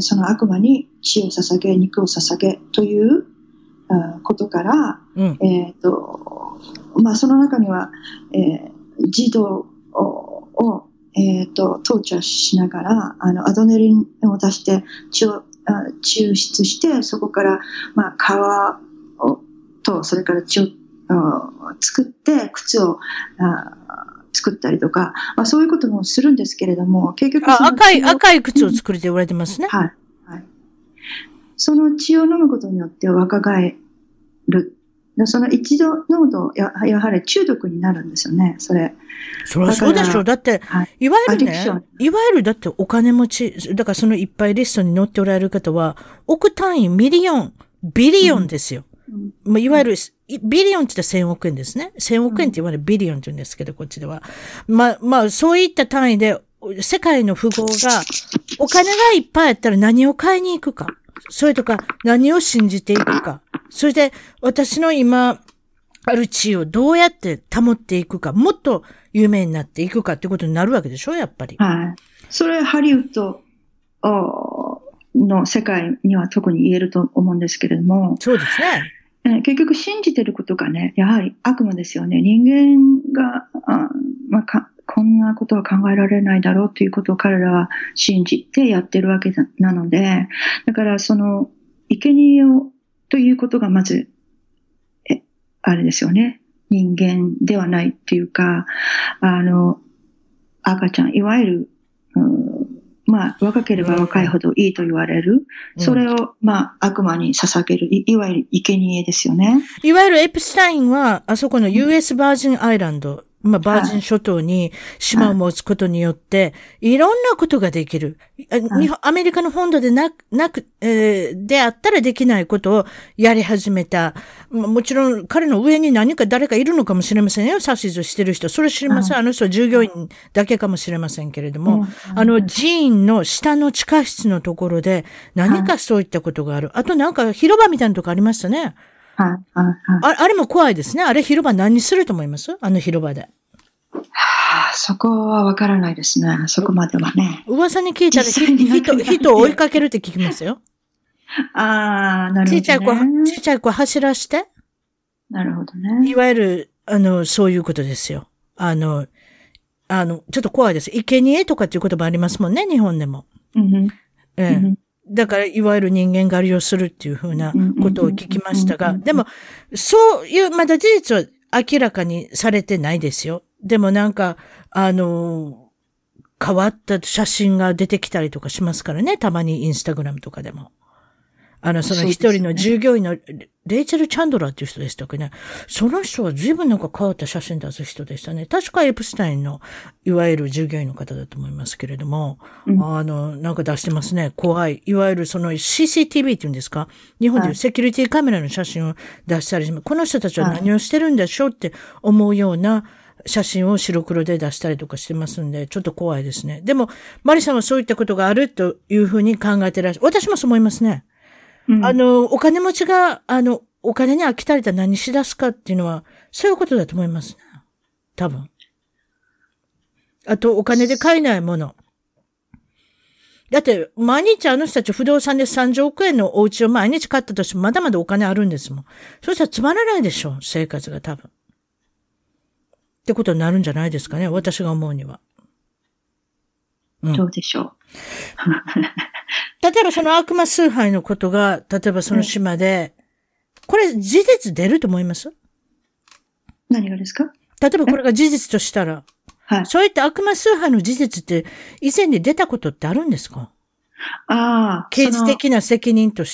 その悪魔に血を捧げ肉を捧げということから、うん、えーとまあ、その中には、えー、児童を、えーと、トーチャーしながらあのアドネリンを出して血を抽出してそこから、まあ、皮をとそれから血を作って靴を作ったりとか、まあ、そういうこともするんですけれども結局その赤い赤い靴を作ると言われてますね、 はいはい、その血を飲むことによって若返る。その一度飲むと や, やはり中毒になるんですよね。それ。 そりゃそうでしょう。だって、はい、いわゆるね、いわゆるだってお金持ち、だからそのいっぱいリストに載っておられる方は、億単位、ミリオン、ビリオンですよ。うんまあ、いわゆる、ビリオンって言ったらせんおくえんですね。せんおくえんって言われるビリオンって言うんですけど、こっちでは。まあ、まあ、そういった単位で、世界の富豪が、お金がいっぱいあったら何を買いに行くか。それとか、何を信じていくか。それで、私の今、ある地位をどうやって保っていくか、もっと有名になっていくかってことになるわけでしょ、やっぱり。 はい。それ、ハリウッドの世界には特に言えると思うんですけれども。 そうですね。 結局信じてることがね、やはり悪魔ですよね。人間が、あまあ、かこんなことは考えられないだろうということを彼らは信じてやってるわけなので、だからその、生贄をということがまず、え、あれですよね。人間ではないっていうか、あの、赤ちゃん、いわゆる、うん、まあ、若ければ若いほどいいと言われる。うん、それを、まあ、悪魔に捧げるい、いわゆる生贄ですよね。 いわゆるエプスタインは、あそこの ユーエス バージンアイランド、まあ、バージン諸島に島を持つことによって、いろんなことができる。日本、アメリカの本土でなく、なく、えー、であったらできないことをやり始めた。もちろん、彼の上に何か誰かいるのかもしれませんよ。指図してる人。それ知りません。あの人は従業員だけかもしれませんけれども、あの寺院の下の地下室のところで何かそういったことがある。あとなんか広場みたいなとこありましたね。 はいはいはい、 あ, あれも怖いですね。あれ広場何すると思います？あの広場で。 はあ、そこはわからないですね。そこまではね。 噂に聞いたら人、人を追いかけるって聞きますよ。 ああ、なるほど、ね。 ちっちゃい子、ちっちゃい子走らして。 なるほどね。 いわゆる、あの、そういうことですよ。あの、あの、ちょっと怖いです。生贄とかっていう言葉ありますもんね、日本でも。 うん、 ええ、うんだから、いわゆる人間狩りをするっていうふうなことを聞きましたが、でも、そういう、まだ事実は明らかにされてないですよ。でもなんか、あの、変わった写真が出てきたりとかしますからね、たまにインスタグラムとかでも。あの、その一人の従業員の、レイチェル・チャンドラーっていう人でしたっけね。その人は随分なんか変わった写真出す人でしたね。確かエプスタインの、いわゆる従業員の方だと思いますけれども、うん、あの、なんか出してますね。怖い。いわゆるその シーシーティーブイ っていうんですか？日本でいうセキュリティカメラの写真を出したりします。この人たちは何をしてるんでしょうって思うような写真を白黒で出したりとかしてますんで、ちょっと怖いですね。でも、マリさんはそういったことがあるというふうに考えてらっしゃる。私もそう思いますね。うん、あの、お金持ちが、あの、お金に飽きたりたら何し出すかっていうのは、そういうことだと思いますね。多分。あと、お金で買えないもの。だって、毎日あの人たち不動産でさんじゅうおくえんのお家を毎日買ったとしても、まだまだお金あるんですもん。そしたらつまらないでしょ、生活が多分。ってことになるんじゃないですかね、私が思うには。 うん、どうでしょう。 例えばその悪魔崇拝のことが、例えばその島で、これ事実出ると思います？ 何がですか？ 例えばこれが事実としたら、はい、そういった悪魔崇拝の事実って以前に出たことってあるんですか？ ああ。 刑事的な責任として。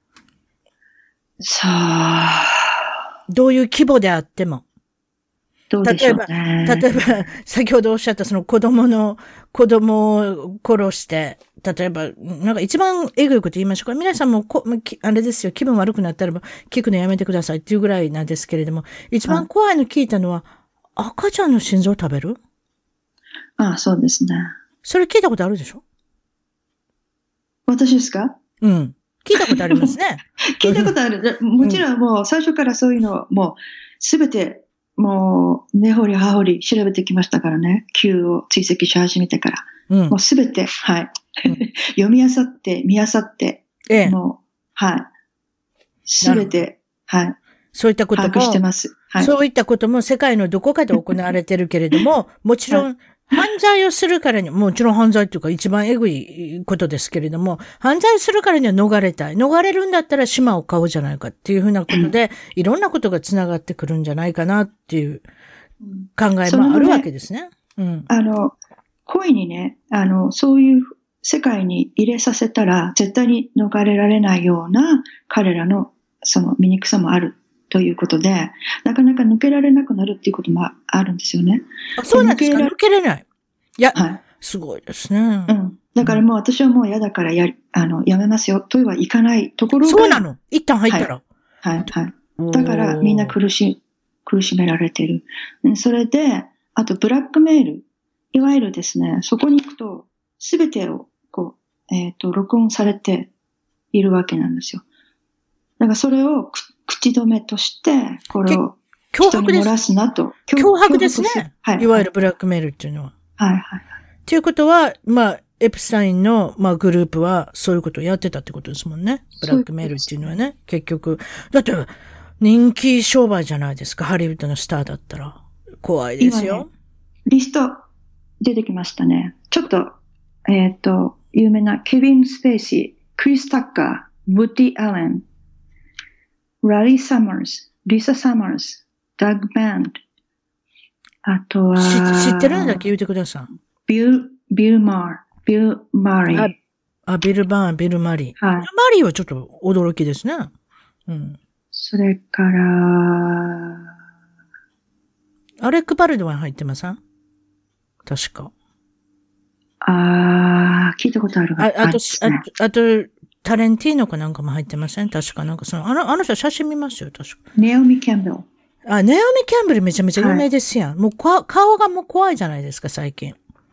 さあ。 どういう規模であっても。 どうでしょうね。 例えば、例えば、先ほどおっしゃったその子供の、子供を殺して、例えば、なんか一番えぐいこと言いましょうか。皆さんもこ、あれですよ、気分悪くなったら聞くのやめてくださいっていうぐらいなんですけれども、一番怖いの聞いたのは、 赤ちゃんの心臓を食べる？ ああ、そうですね。 それ聞いたことあるでしょ？ 私ですか？ うん。聞いたことありますね。 聞いたことある。もちろんもう最初からそういうのをもうすべてもう根掘り葉掘り調べてきましたからね。Q を追跡し始めてから。うん、もうすべて、はい。うん、読み漁って、見漁って、ええ、もう、はい。すべて、はい。 そういったことも、 把握してます。はい。 そういったことも世界のどこかで行われてるけれども、もちろん、はい犯罪をするからに、もちろん犯罪っていうか一番エグいことですけれども、犯罪するからには逃れたい。逃れるんだったら島を買おうじゃないかっていうふうなことで、いろんなことがつながってくるんじゃないかなっていう考えもあるわけですね。 うん、あの、恋にね、あの、そういう世界に入れさせたら、絶対に逃れられないような彼らのその醜さもある。ということで、なかなか抜けられなくなるっていうこともあるんですよね。 あ、そうなんですか？抜けれない。いや、はい、すごいですね。 うん。だからもう私はもう嫌だからや、あの、やめますよとはいかないところが。 そうなの？一旦入ったら。 はい、はい、はい。だからみんな苦し、苦しめられてる。それで、あとブラックメール。いわゆるですね、そこに行くと、すべてを、こう、えっと、録音されているわけなんですよ。だからそれを口止めとして、これを人に漏らすなと。 脅迫ですね。はい。いわゆるブラックメールっていうのは。 はいはい。 ということは、まあ、エプスタインの、まあ、グループはそういうことをやってたってことですもんね。ブラックメールっていうのはね。結局。だって、人気商売じゃないですか。ハリウッドのスターだったら。怖いですよ。 今ね、リスト出てきましたね。ちょっと、えっと、有名なケビン・スペイシー、クリス・タッカー、ウッディ・アレン、ラリー・サマーズ、リサ・サマーズ、ダッグ・バンド。あとは、 知ってるんだけ言ってください。 ビル、ビル・マー、ビル・マリー。 あ、あビル・バーン、ビル・マリー。はい。ビル・マリーはちょっと驚きですね。うん。 それから、 アレック・バルドワン入ってません？確か。 あー、聞いたことある。 あ、あと、あと、あと、タレンティーノかなんかも入ってません？確かなんかその、あの、あの人写真見ますよ、確か。 ネオミ・キャンベル。 あ、ネオミ・キャンベルめちゃめちゃ有名ですやん。はい、もう顔がもう怖いじゃないですか、最近。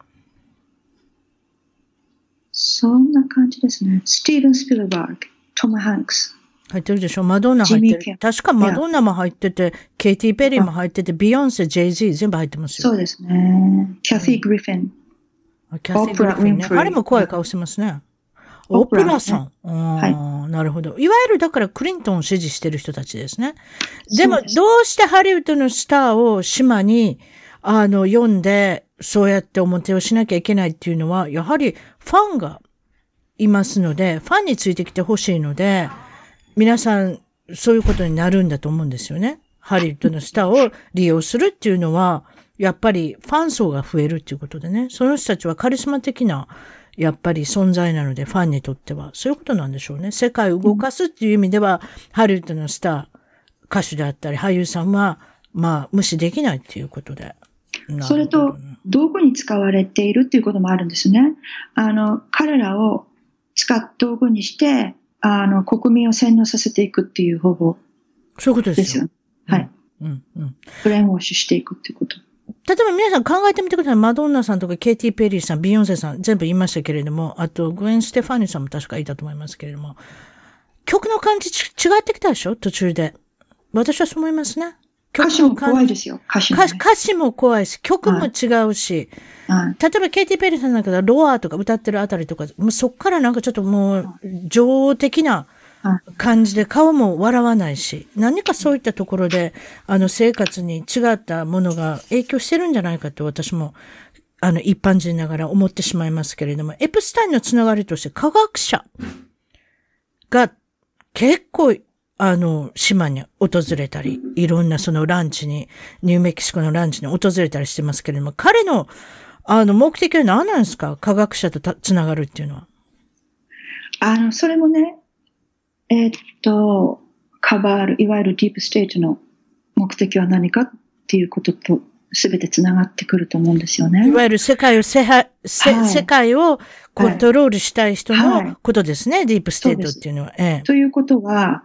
そんな感じですね。スティーブン・スピルバーグ、トム・ハンクス。 入ってるでしょ？マドンナ入ってる。確かマドンナも入ってて、ケイティ・ペリーも入ってて、ビヨンセ、ジェイジー全部入ってますよ。 そうですね。キャシー・グリフィン。 キャシー・グリフィンね。あれも怖い顔してますね。オプラさん。はい。なるほど。いわゆるだからクリントンを支持してる人たちですね。でも、どうしてハリウッドのスターを島に、あの、読んで、そうやって表をしなきゃいけないっていうのは、やはりファンがいますので、ファンについてきてほしいので、皆さん、そういうことになるんだと思うんですよね。ハリウッドのスターを利用するっていうのは、やっぱりファン層が増えるっていうことでね。その人たちはカリスマ的な、やっぱり存在なので、ファンにとっては。そういうことなんでしょうね。世界を動かすっていう意味では、うん、ハリウッドのスター、歌手であったり、俳優さんは、まあ、無視できないっていうことで。 それと、道具に使われているっていうこともあるんですね。あの、彼らを使っ、道具にして、あの、国民を洗脳させていくっていう方法。 そういうことですよ。 はい。 うん、うん。 ブレインウォッシュしていくっていうこと。 例えば皆さん考えてみてください。マドンナさんとかケイティ・ペリーさん、ビヨンセさん、全部言いましたけれども、あと、グエン・ステファニーさんも確かいたと思いますけれども、曲の感じ違ってきたでしょ？途中で。私はそう思いますね。 歌詞も怖いですよ。歌詞も、ね、 歌詞も怖いし、曲も違うし、はいはい、例えばケイティ・ペリーさんなんかがロアとか歌ってるあたりとか、もうそっからなんかちょっともう、女王的な感じで顔も笑わないし、何かそういったところで、あの生活に違ったものが影響してるんじゃないかと私も、あの一般人ながら思ってしまいますけれども、エプスタインのつながりとして科学者が結構、あの、島に訪れたり、いろんなそのランチに、ニューメキシコのランチに訪れたりしてますけれども、彼の、あの、目的は何なんですか？科学者とたつながるっていうのは。 あの、それもね、えー、っと、カバール、いわゆるディープステートの目的は何かっていうことと、すべてつながってくると思うんですよね。 いわゆる世界をせは、せ、はい、世界をコントロールしたい人のことですね、はい、ディープステートっていうのは。ええ、 ということは、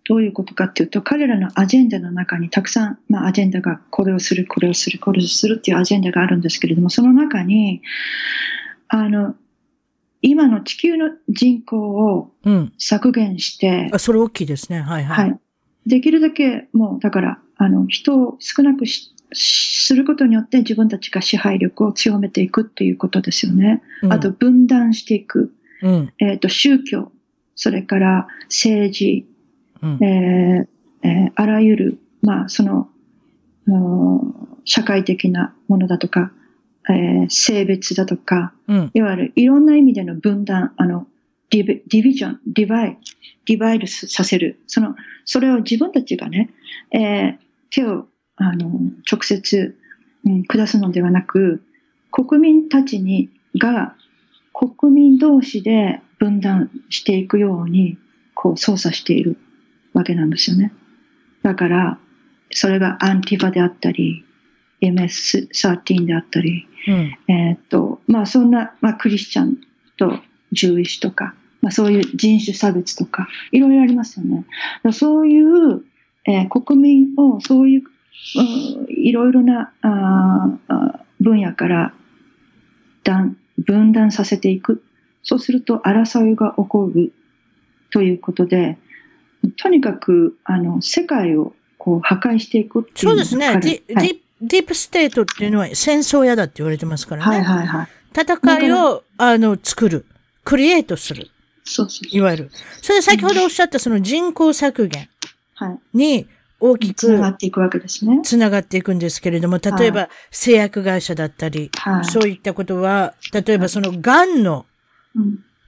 どういうことかっていうと、彼らのアジェンダの中にたくさん、まあ、アジェンダがこれをする、これをする、これをするっていうアジェンダがあるんですけれども、その中に、あの、今の地球の人口を削減して、 うん、あ、それ大きいですね。はいはい。はい。 できるだけ、もう、だから、あの、人を少なくし、することによって自分たちが支配力を強めていくっていうことですよね。うん、あと、分断していく。うん、えっと、宗教、それから政治、うんえーえー、あらゆる、まあ、その、社会的なものだとか、えー、性別だとか、うん、いわゆるいろんな意味での分断、あの、ディビ、ディビジョン、ディバイ、ディバイドさせる。その、それを自分たちがね、えー、手を、あの、直接、うん、下すのではなく、国民たちに、が、国民同士で分断していくように、こう操作しているわけなんですよね。だから、それがアンティファであったり、エムエスじゅうさん であったり、うん、えっと、まあそんな、まあクリスチャンとジューイッシュとか、まあそういう人種差別とか、いろいろありますよね。そういう、えー、国民をそういう、うん、いろいろなああ分野から断分断させていく。そうすると争いが起こるということで、とにかくあの世界をこう破壊していくっていう。 そうですね。はい、ディ、ディープステートっていうのは戦争屋だって言われてますからね。 はいはいはい。 戦いをあの作る、クリエイトする。 そうそうそう。 いわゆる。それで先ほどおっしゃったその人口削減に大きくつながっていくわけですね。 つながっていくんですけれども、例えば製薬会社だったり、はい、そういったことは、例えばその癌の、はい、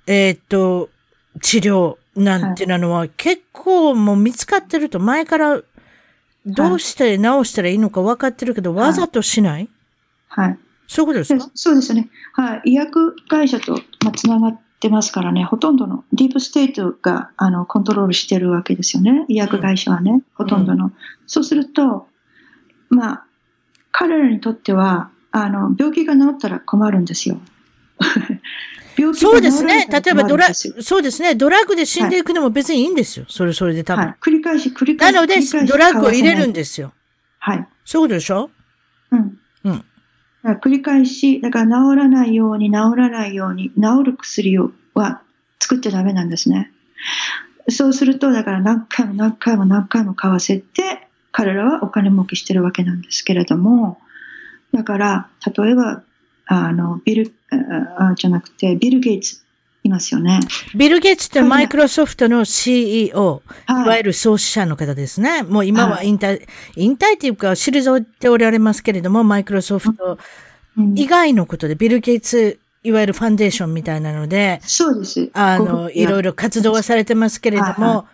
えー、っと、治療なんていうのは結構もう見つかってると前からどうして治したらいいのか分かってるけど、はい、わざとしない？はい。そういうことですか？ そうですね。はい。医薬会社とつながってますからね、ほとんどのディープステートがあのコントロールしてるわけですよね。医薬会社はね、うん、ほとんどの、うん。そうすると、まあ、彼らにとっては、あの、病気が治ったら困るんですよ。 病気が治らないから困るんですよ。そうですね。例えばドラ、そうですね。ドラッグで死んでいくのも別にいいんですよ。はい、それ、それで多分。はい。 繰り返し、繰り返し。 なので、ドラッグを入れるんですよ。 はい。 そういうことでしょ？ うん。うん。繰り返し、だから治らないように治らないように、治る薬をは作っちゃダメなんですね。そうすると、だから何回も何回も何回も買わせて、彼らはお金儲けしてるわけなんですけれども、だから、例えば、あの、ビル、あじゃなくて、ビル・ゲイツいますよね。 ビル・ゲイツってマイクロソフトの シーイーオー、はい、いわゆる創始者の方ですね。もう今は引退、はい、引退っていうか退いておられますけれども、マイクロソフト以外のことで、ビル・ゲイツ、いわゆるファンデーションみたいなので、 そうです。 あの、いろいろ活動はされてますけれども、はいはい、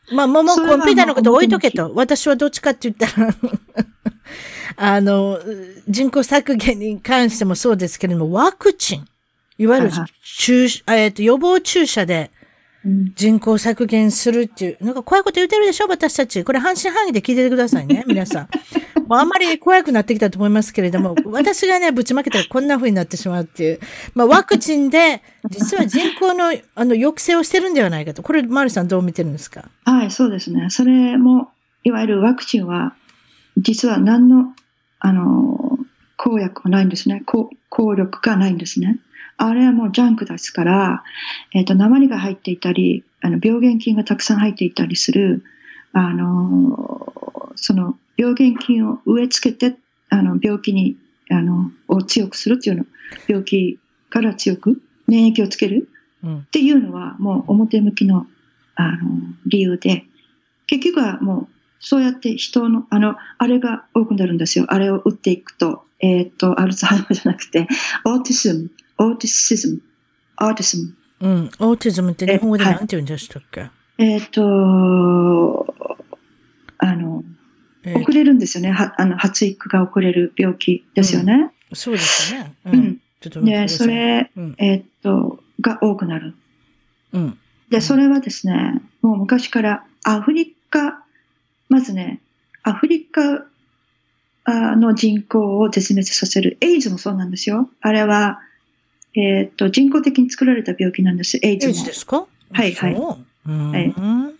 まあ、もう、もうコンピューターのこと置いとけと。私はどっちかって言ったら、あの、人口削減に関してもそうですけれども、ワクチン。いわゆる注、えっと、予防注射で人口削減するっていう、なんか怖いこと言ってるでしょ私たち。これ半信半疑で聞いててくださいね、皆さん。もうあんまり怖くなってきたと思いますけれども、私がね、ぶちまけたらこんな風になってしまうっていう。まあ、ワクチンで、実は人口の、あの、抑制をしてるんではないかと。これ、マリさんどう見てるんですか？ はい、そうですね。それも、いわゆるワクチンは、実は何の、あの、効薬もないんですね。効、効力がないんですね。あれはもうジャンクですから、えっと、鉛が入っていたり、あの、病原菌がたくさん入っていたりする、あの、その、病原菌を植え付けて、あの、病気に、あの、を強くするっていうの、病気から強く免疫をつけるっていうのは、もう表向きの、あの、理由で、結局はもう、そうやって人の、あの、あれが多くなるんですよ。あれを打っていくと、えっと、アルツハイマーじゃなくて、オーティスム、オーティシズム、オーティスム。 うん、オーティズムって日本語で何て言うんでしたっけ？ えっと、あの、遅れるんですよね。はあの発育が遅れる病気ですよね。 うん、そうですね。 うん。うん、ちょっとで、それ、うん、えー、っと、が多くなる。うん。で、それはですね、もう昔からアフリカ、まずね、アフリカの人口を絶滅させる。エイズもそうなんですよ。あれは、えー、っと、人工的に作られた病気なんです。エイズも。 エイズですか？ はいはい。はい。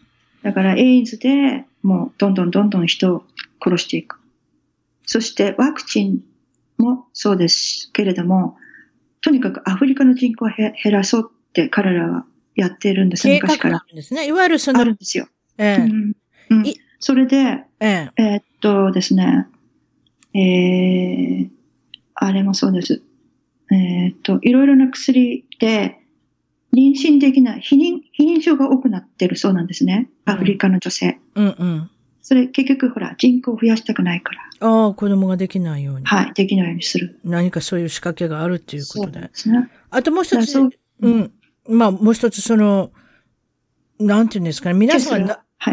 だからエイズでもうどんどんどんどん人を殺していく。そしてワクチンもそうですけれども、とにかくアフリカの人口を減らそうって彼らはやっているんですね、昔から。 ですね。いわゆるその。 あるんですよ。 ええうんうん、それで、えええー、っとですね、えー、あれもそうです。えー、っと、いろいろな薬で、妊娠できない、避妊、避妊症が多くなってるそうなんですね。アフリカの女性。 うんうん。 それ結局ほら、人口を増やしたくないから。 ああ、子供ができないように。 はい、できないようにする。 何かそういう仕掛けがあるっていうことで。そうですね。 あともう一つ、ううん。まあ、もう一つその、なんていうんですかね、皆さんが、はい。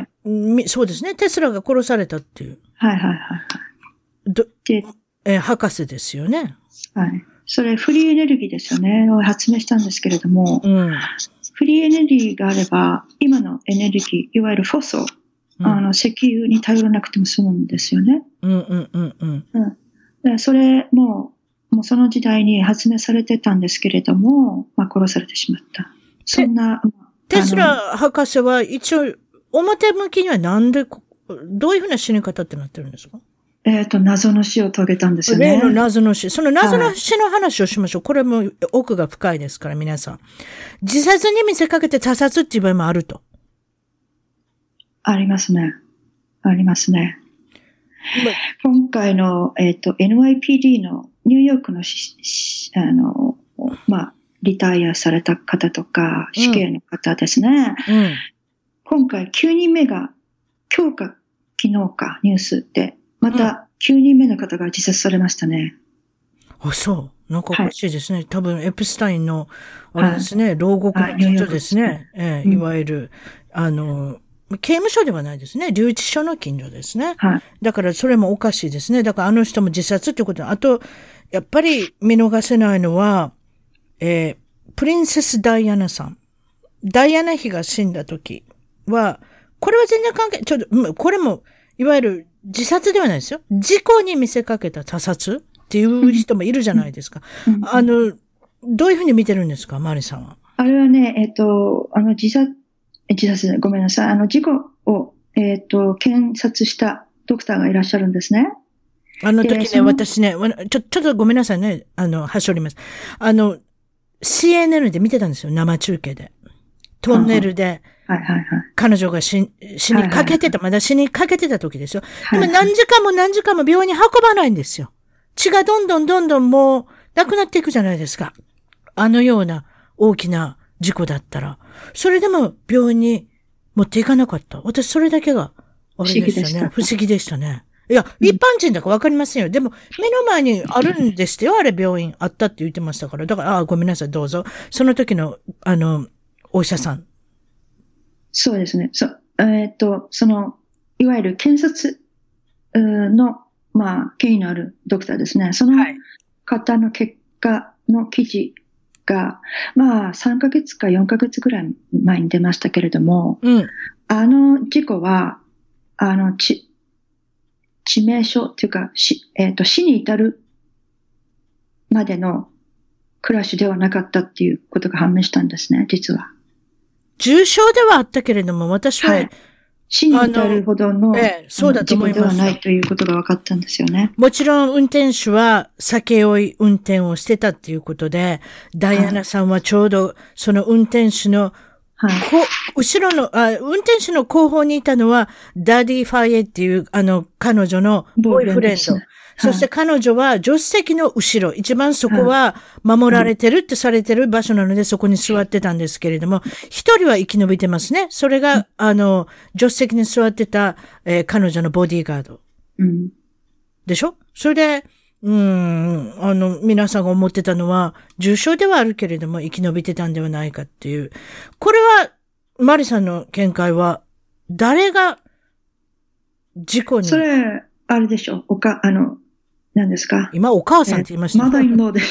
そうですね、テスラが殺されたっていう。 はいはいはい。 どで、えー、博士ですよね。 はい。それフリーエネルギーですよね。を発明したんですけれども、 うん、 フリーエネルギーがあれば、今のエネルギー、いわゆるフォソ、うん、あの石油に頼らなくても済むんですよね。 うんうんうんうん。 うん、それも、もうその時代に発明されてたんですけれども、まあ、殺されてしまった。そんな。 テスラ博士は一応、表向きにはなんで、どういうふうな死に方ってなってるんですか？ えっと、謎の死を遂げたんですよね。 例の謎の死。その謎の死の話をしましょう。はい、これも奥が深いですから、皆さん。自殺に見せかけて他殺っていう場合もあると。ありますね。ありますね。今回の、えっと、エヌワイピーディー のニューヨークのし、あの、まあ、リタイアされた方とか、死刑の方ですね。 うんうん、今回きゅうにんめが、今日か昨日かニュースで、またきゅうにんめの方が自殺されましたね。 うん、あ、そう。なんかおかしいですね。はい、多分、エプスタインの、あれですね、はい、牢獄の近所ですね。ええ、いわゆる、あの、刑務所ではないですね。留置所の近所ですね。 はい、 だからそれもおかしいですね。だからあの人も自殺ってこと。あと、やっぱり見逃せないのは、えー、プリンセス・ダイアナさん。ダイアナ妃が死んだ時は、これは全然関係、ちょっと、これも、いわゆる自殺ではないですよ。事故に見せかけた他殺っていう人もいるじゃないですか。うんうん、あの、どういうふうに見てるんですか、マリさんは。 あれはね、えっと、あの、自殺、自殺、ごめんなさい。あの、事故を、えっと、検察したドクターがいらっしゃるんですね。 あの時ね、私ね、ちょ、ちょっとごめんなさいね。あの、はしょります。あの、シーエヌエヌ で見てたんですよ、生中継で。トンネルで、 はいはいはい、 彼女が死、死にかけてた、まだ死にかけてた時ですよ。でも何時間も何時間も病院に運ばないんですよ。血がどんどんどんどんもう、なくなっていくじゃないですか。あのような大きな事故だったら。それでも病院に持っていかなかった。私それだけが、あれでしたね。不思議でしたね。いや、一般人だかわかりませんよ。でも、目の前にあるんですよ。あれ病院あったって言ってましたから。だから、ああ、ごめんなさい、どうぞ。その時の、あの、お医者さん。 そうですね。そう、えっと、その、いわゆる検察の、まあ、権威のあるドクターですね。その方の結果の記事が、まあ、さんかげつかよんかげつぐらい前に出ましたけれども、 うん、 あの事故は、あの、ち、致命傷っていうか、し、えっと、死に至るまでのクラッシュではなかったっていうことが判明したんですね、実は。 重傷ではあったけれども、私は、はい、 死に至るほどの、 ええ、そうだと思います。 事故ではないということが分かったんですよね。 もちろん運転手は酒酔い運転をしてたっていうことで、ダイアナさんはちょうどその運転手の、はい、こ後ろのあ、運転手の後方にいたのは、ダディ・ファイエっていう、あの、彼女のボーイフレンド。そして彼女は助手席の後ろ、一番そこは守られてるってされてる場所なのでそこに座ってたんですけれども、一人は生き延びてますね。それが、あの、助手席に座ってた、えー、彼女のボディーガード。 うん、でしょ？それで、うーん、あの、皆さんが思ってたのは、重傷ではあるけれども生き延びてたんではないかっていう。これは、マリさんの見解は、誰が事故に。 それ、あれでしょ。おか、あの、何ですか。 今、お母さんって言いました。 マダインローです。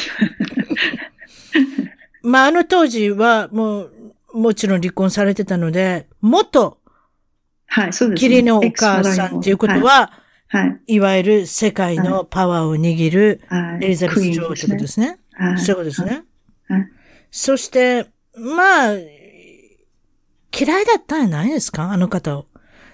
まあ、あの当時は、もう、もちろん離婚されてたので、元、 はい、そうですね。義理のお母さんっていうことは、 はい。 いわゆる世界のパワーを握るエリザベス女王ってことですね。はい、そういうことですね。 はい。 そして、まあ、嫌いだったんじゃないですかあの方を。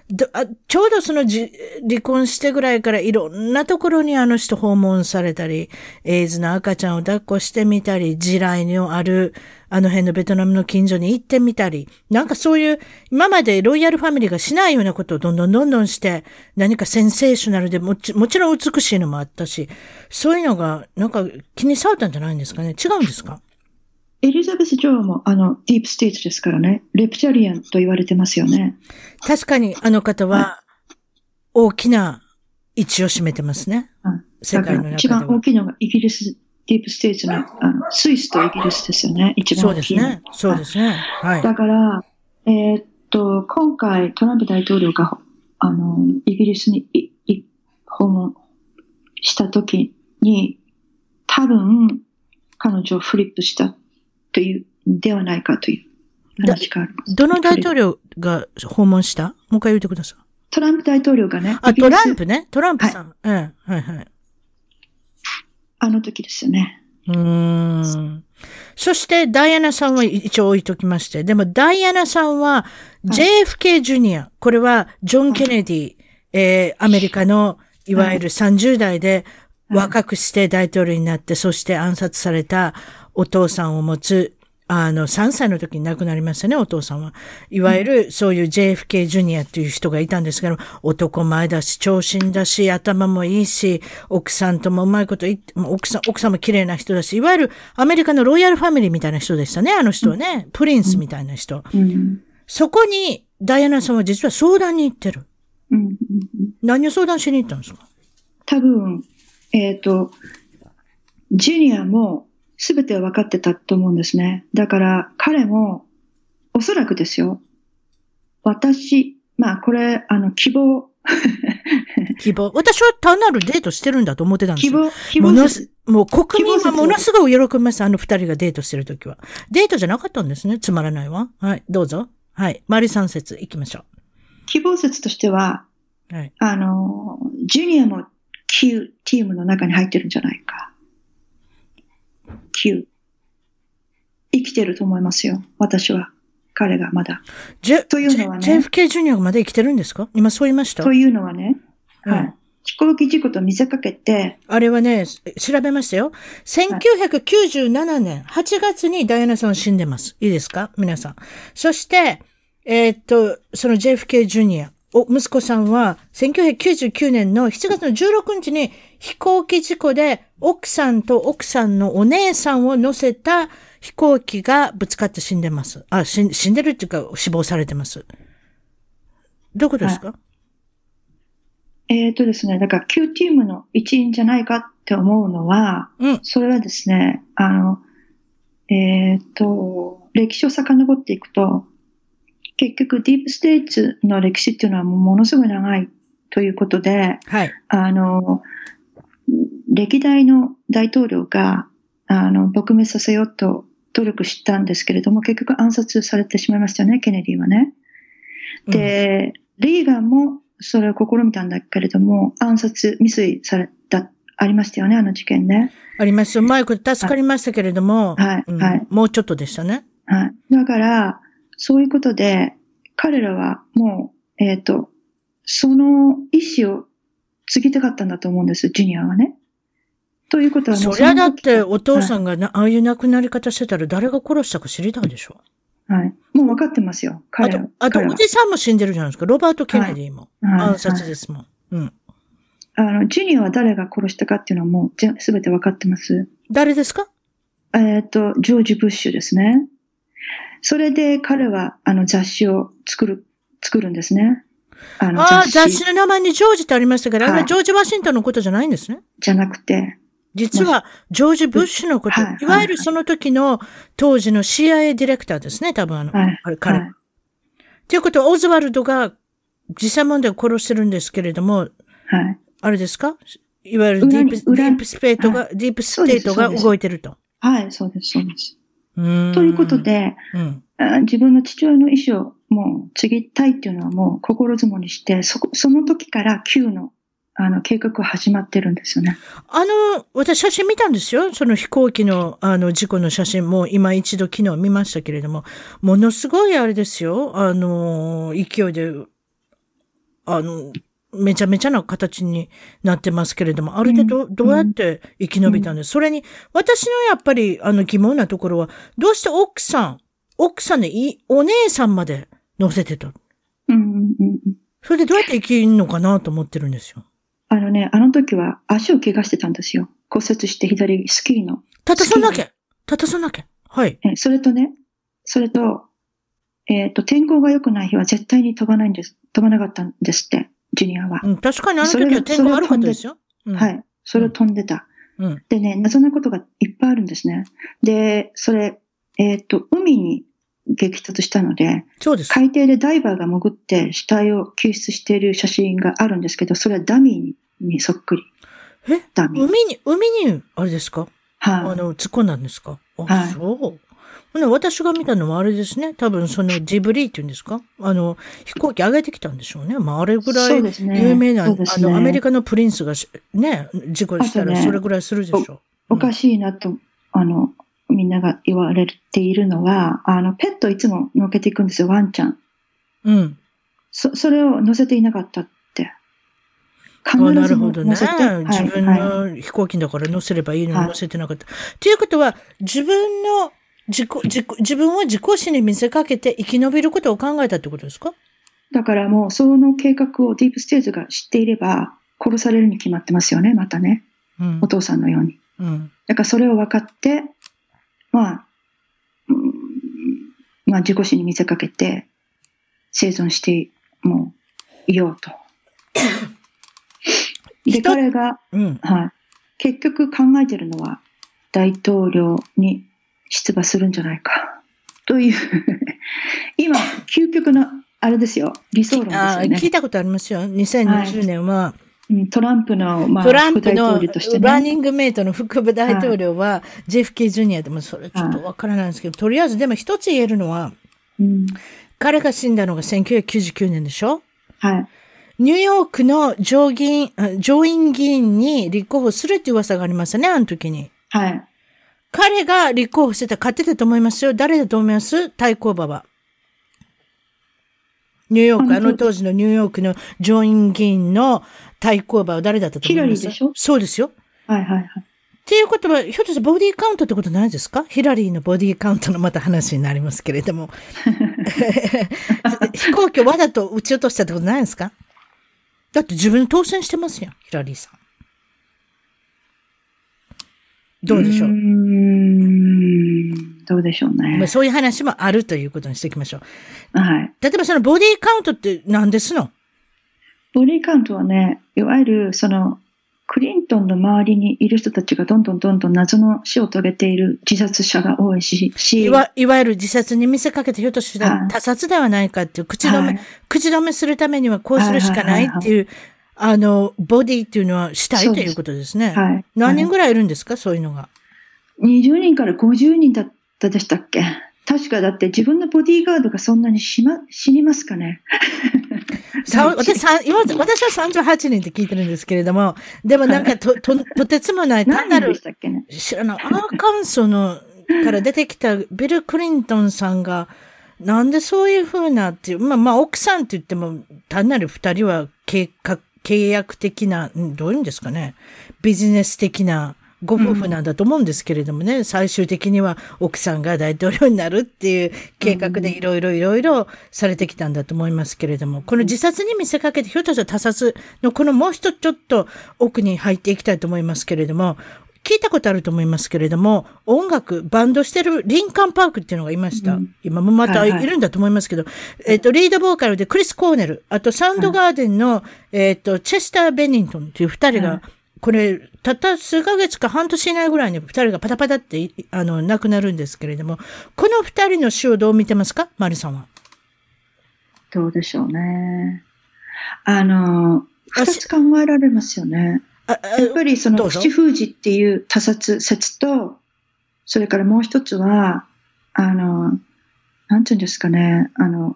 あちょうどそのじ離婚してぐらいからいろんなところにあの人訪問されたり、エイズの赤ちゃんを抱っこしてみたり、地雷のあるあの辺のベトナムの近所に行ってみたり、なんかそういう今までロイヤルファミリーがしないようなことをどんどんどんどんして、何かセンセーショナルでもち、もちろん美しいのもあったし、そういうのがなんか気に障ったんじゃないんですかね。違うんですか？ エリザベス女王もあのディープステートですからね、レプタリアンと言われてますよね。 確かにあの方は大きな位置を占めてますね。 はい、 世界の中では。 一番大きいのがイギリス、ディープステートの、あのスイスとイギリスですよね。一番大きいの。 そうですね。そうですね。はい。 だから、えー、っと、今回トランプ大統領があのイギリスにいい訪問したときに、多分彼女をフリップしたというではないかという話があります。 どの大統領が訪問した？もう一回言ってください。 トランプ大統領がね。 あ、トランプね。トランプさん。はい、ええ、はいはい。 あの時ですよね。 うーん。そしてダイアナさんは一応置いときまして。でもダイアナさんは ジェイエフケー ジュニア。これはジョン・ケネディ、えー、アメリカのいわゆるさんじゅう代で若くして大統領になって、そして暗殺されたお父さんを持つ、あの、さんさいの時に亡くなりましたね、お父さんは。いわゆる、そういう ジェイエフケー ジュニアっていう人がいたんですけど、男前だし、長身だし、頭もいいし、奥さんともうまいこと言って、奥さん、奥さんも綺麗な人だし、いわゆるアメリカのロイヤルファミリーみたいな人でしたね、あの人はね。プリンスみたいな人。 うん、 そこに、ダイアナさんは実は相談に行ってる。 うんうん、 何を相談しに行ったんですか？ 多分、えっと、ジュニアも全ては分かってたと思うんですね。だから彼もおそらくですよ。私、まあこれ、あの、希望。 希望。私は単なるデートしてるんだと思ってたんですよ。 希望、希望ものす、もう国民はものすごい喜びます。あの二人がデートしてるときは。デートじゃなかったんですね。つまらないわ。はい、どうぞ。はい。マリさん説行きましょう。 希望説としては、 はい、 あの、ジュニアもQチームの中に入ってるんじゃないか。Q。生きてると思いますよ。私は。彼がまだ。というのはね。 ジェイエフケー ジュニアがまだ生きてるんですか？今そう言いました？ というのはね。 はい。 はい、飛行機事故と見せかけて。 あれはね、調べましたよ。せんきゅうひゃくきゅうじゅうななねんはちがつにダイアナさんは死んでます。いいですか？皆さん。そして、えー、っと、その ジェイエフケー ジュニア。お、息子さんは、せんきゅうひゃくきゅうじゅうきゅうねんのしちがつのじゅうろくにちに飛行機事故で奥さんと奥さんのお姉さんを乗せた飛行機がぶつかって死んでます。あ、死ん、死んでるっていうか死亡されてます。どういうことですか？はい、 えっとですね、だから Q チームの一員じゃないかって思うのは、うん、それはですね、あの、えっと、歴史を遡っていくと、結局ディープステートの歴史っていうのはものすごい長いということで、 はい、 あの、歴代の大統領が、あの、撲滅させようと努力したんですけれども、結局暗殺されてしまいましたよね、ケネディはね。で、うん、リーガンもそれを試みたんだけれども、暗殺未遂された、ありましたよね、あの事件ね。 あります。うまいこと助かりましたけれども、 はい、 うん、 はい。 もうちょっとでしたね。 はい。だから、そういうことで、彼らはもう、えっと、その意思を継ぎたかったんだと思うんです、ジュニアはね。ということはそりゃだってお父さんがな、はい、ああいう亡くなり方してたら誰が殺したか知りたいでしょ。 はい。もう分かってますよ。彼は。 あと、あとおじさんも死んでるじゃないですか。ロバート・ケネディも。はい、暗殺ですもん、はい。うん。 あの、ジュニアは誰が殺したかっていうのはもうすべて分かってます。 誰ですか？ えっと、ジョージ・ブッシュですね。それで彼はあの雑誌を作る、作るんですね。 あの雑誌。ああ、雑誌の名前にジョージってありましたけど、はい、あれはジョージ・ワシントンのことじゃないんですね。 じゃなくて。 実は、ジョージ・ブッシュのこと、はい、いわゆるその時の当時の シーアイエー ディレクターですね、多分あの、はい、あれ彼。はい、ということは、オズワルドが実際問題を殺してるんですけれども、はい、あれですか？いわゆるディープ、ディープスペートが、はい、ディープステートが動いてると。 はい、そうです、そうです。ということで、うん、自分の父親の意思をもう継ぎたいっていうのはもう心づもりして、そ、その時から Q のあの計画は始まってるんですよね。 あの、私写真見たんですよ。その飛行機のあの事故の写真も今一度昨日見ましたけれども、ものすごいあれですよ。あの、勢いであの、めちゃめちゃな形になってますけれども、あれでど、うん、どうやって生き延びたんです、うん、それに、私のやっぱり、あの、疑問なところは、どうして奥さん、奥さんでいい、お姉さんまで乗せてた、 うんうんうん、 それでどうやって生きるのかなと思ってるんですよ。 あのね、あの時は足を怪我してたんですよ。骨折して左スキーの。 たたそんだけたたそんだけはい。 え、それとね、それと、えっと、天候が良くない日は絶対に飛ばないんです。飛ばなかったんですって、ジュニアは。 うん、確かにあの時は天候悪かったですよ。 うん、はい。それを飛んでた、 うん。 でね、謎なことがいっぱいあるんですね。で、それ、えっと、海に激突したので、 そうです。 海底でダイバーが潜って死体を救出している写真があるんですけど、それはダミーにそっくり。 えダミー。海に、海に、あれですかはい、 あの、突っ込んだんですかあ、 はい、 そう。私が見たのはあれですね。多分そのジブリっていうんですかあの、飛行機上げてきたんでしょうね。まあ、あれぐらい有名な、ねね、あの、アメリカのプリンスがね、事故したらそれぐらいするでしょう。ね、 お, おかしいなと、あの、みんなが言われているのは、あの、ペットいつも乗っけていくんですよ、ワンちゃん。 うん。 そ、それを乗せていなかったって。 必ずなるほどね。はい、自分の飛行機だから乗せればいいのに乗せてなかった。と、はい、いうことは、自分の自己、自己、自分を自己死に見せかけて生き延びることを考えたってことですか？ だからもう、その計画をディープステートが知っていれば、殺されるに決まってますよね、またね。うん、お父さんのように。 うん、 だからそれを分かって、まあ、うん、まあ自己死に見せかけて、生存してもいようと。で、彼が、 うん、 はい。結局考えてるのは、大統領に出馬するんじゃないか。という、今、究極の、あれですよ、理想論ですよね。 聞いたことありますよ。にせんにじゅうねんは、はい、 トランプの、まあ、 トランプの、 副大統領としてね、 ランニングメイトの副部大統領は、ジェフ・ケー・ジュニアでもそれちょっとわからないんですけど、とりあえずでも一つ言えるのは、 うん、 彼が死んだのがせんきゅうひゃくきゅうじゅうきゅうねんでしょ？ はい。 ニューヨークの上議員、上院議員に立候補するって噂がありましたね、あの時に。 はい。 彼が立候補してたら勝ってたと思いますよ。誰だと思います？対抗馬は。ニューヨーク、あの当時のニューヨークの上院議員の対抗馬は誰だったと思います？ ヒラリーでしょ？ そうですよ。 はいはいはい。 っていうことは、ひょっとしてボディカウントってことないですか？ヒラリーのボディカウントのまた話になりますけれども。飛行機をわざと撃ち落としたってことないですか？だって自分当選してますよ、ヒラリーさん。どうでしょう？うーん、どうでしょうね。 まあ、そういう話もあるということにしておきましょう。 はい。 例えばそのボディカウントって何ですの？ ボディカウントはね、いわゆるその、クリントンの周りにいる人たちがどんどんどんどん謎の死を遂げている自殺者が多いし、しいわ、いわゆる自殺に見せかけてひょっとしたら他殺ではないかっていう、口止め、はい、口止めするためにはこうするしかないっていう、はいはいはいはい、あの、ボディっていうのは死体ということですね。 はい。 何人ぐらいいるんですか、そういうのが。 にじゅうにんからごじゅうにんだったでしたっけ？確かだって自分のボディーガードがそんなにしま、死にますかね？ 私、今、私はさんじゅうはちにんって聞いてるんですけれども、でもなんかと、と、とてつもない、単なる、 ね、 知らない、アーカンソの、から出てきたビル・クリントンさんが、なんでそういう風なっていう、まあまあ奥さんって言っても、単なる二人は計画、契約的な、どういうんですかね、ビジネス的な、ご夫婦なんだと思うんですけれどもね、うん、最終的には奥さんが大統領になるっていう計画でいろいろいろいろされてきたんだと思いますけれども、この自殺に見せかけてひょっとしたら他殺のこのもう一つちょっと奥に入っていきたいと思いますけれども、聞いたことあると思いますけれども、音楽、バンドしてるリンカンパークっていうのがいました。うん、今もまたいるんだと思いますけど、はいはい、えっと、リードボーカルでクリス・コーネル、あとサウンドガーデンの、はい、えっと、チェスター・ベニントンっていう二人が、はい、これ、たった数ヶ月か半年以内ぐらいに二人がパタパタって、あの、亡くなるんですけれども、この二人の死をどう見てますか？マリさんは。 どうでしょうね。あの、二つ考えられますよね。やっぱりその、口封じっていう他殺説と、それからもう一つは、あの、なんていうんですかね、あの、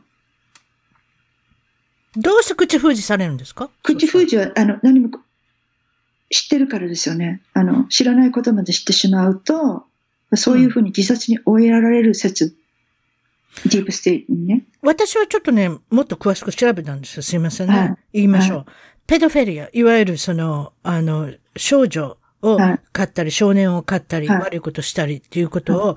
どうして口封じされるんですか？ 口封じは、あの、何も、知ってるからですよね。あの、知らないことまで知ってしまうと、そういうふうに自殺に追いやられる説。 ディープステートにね。 私はちょっとね、もっと詳しく調べたんですよ。すいませんね。 はい、 言いましょう。 はい、 ペドフェリア、いわゆるその、あの、少女を飼ったり、はい、少年を飼ったり、はい、悪いことしたりっていうことを、はい、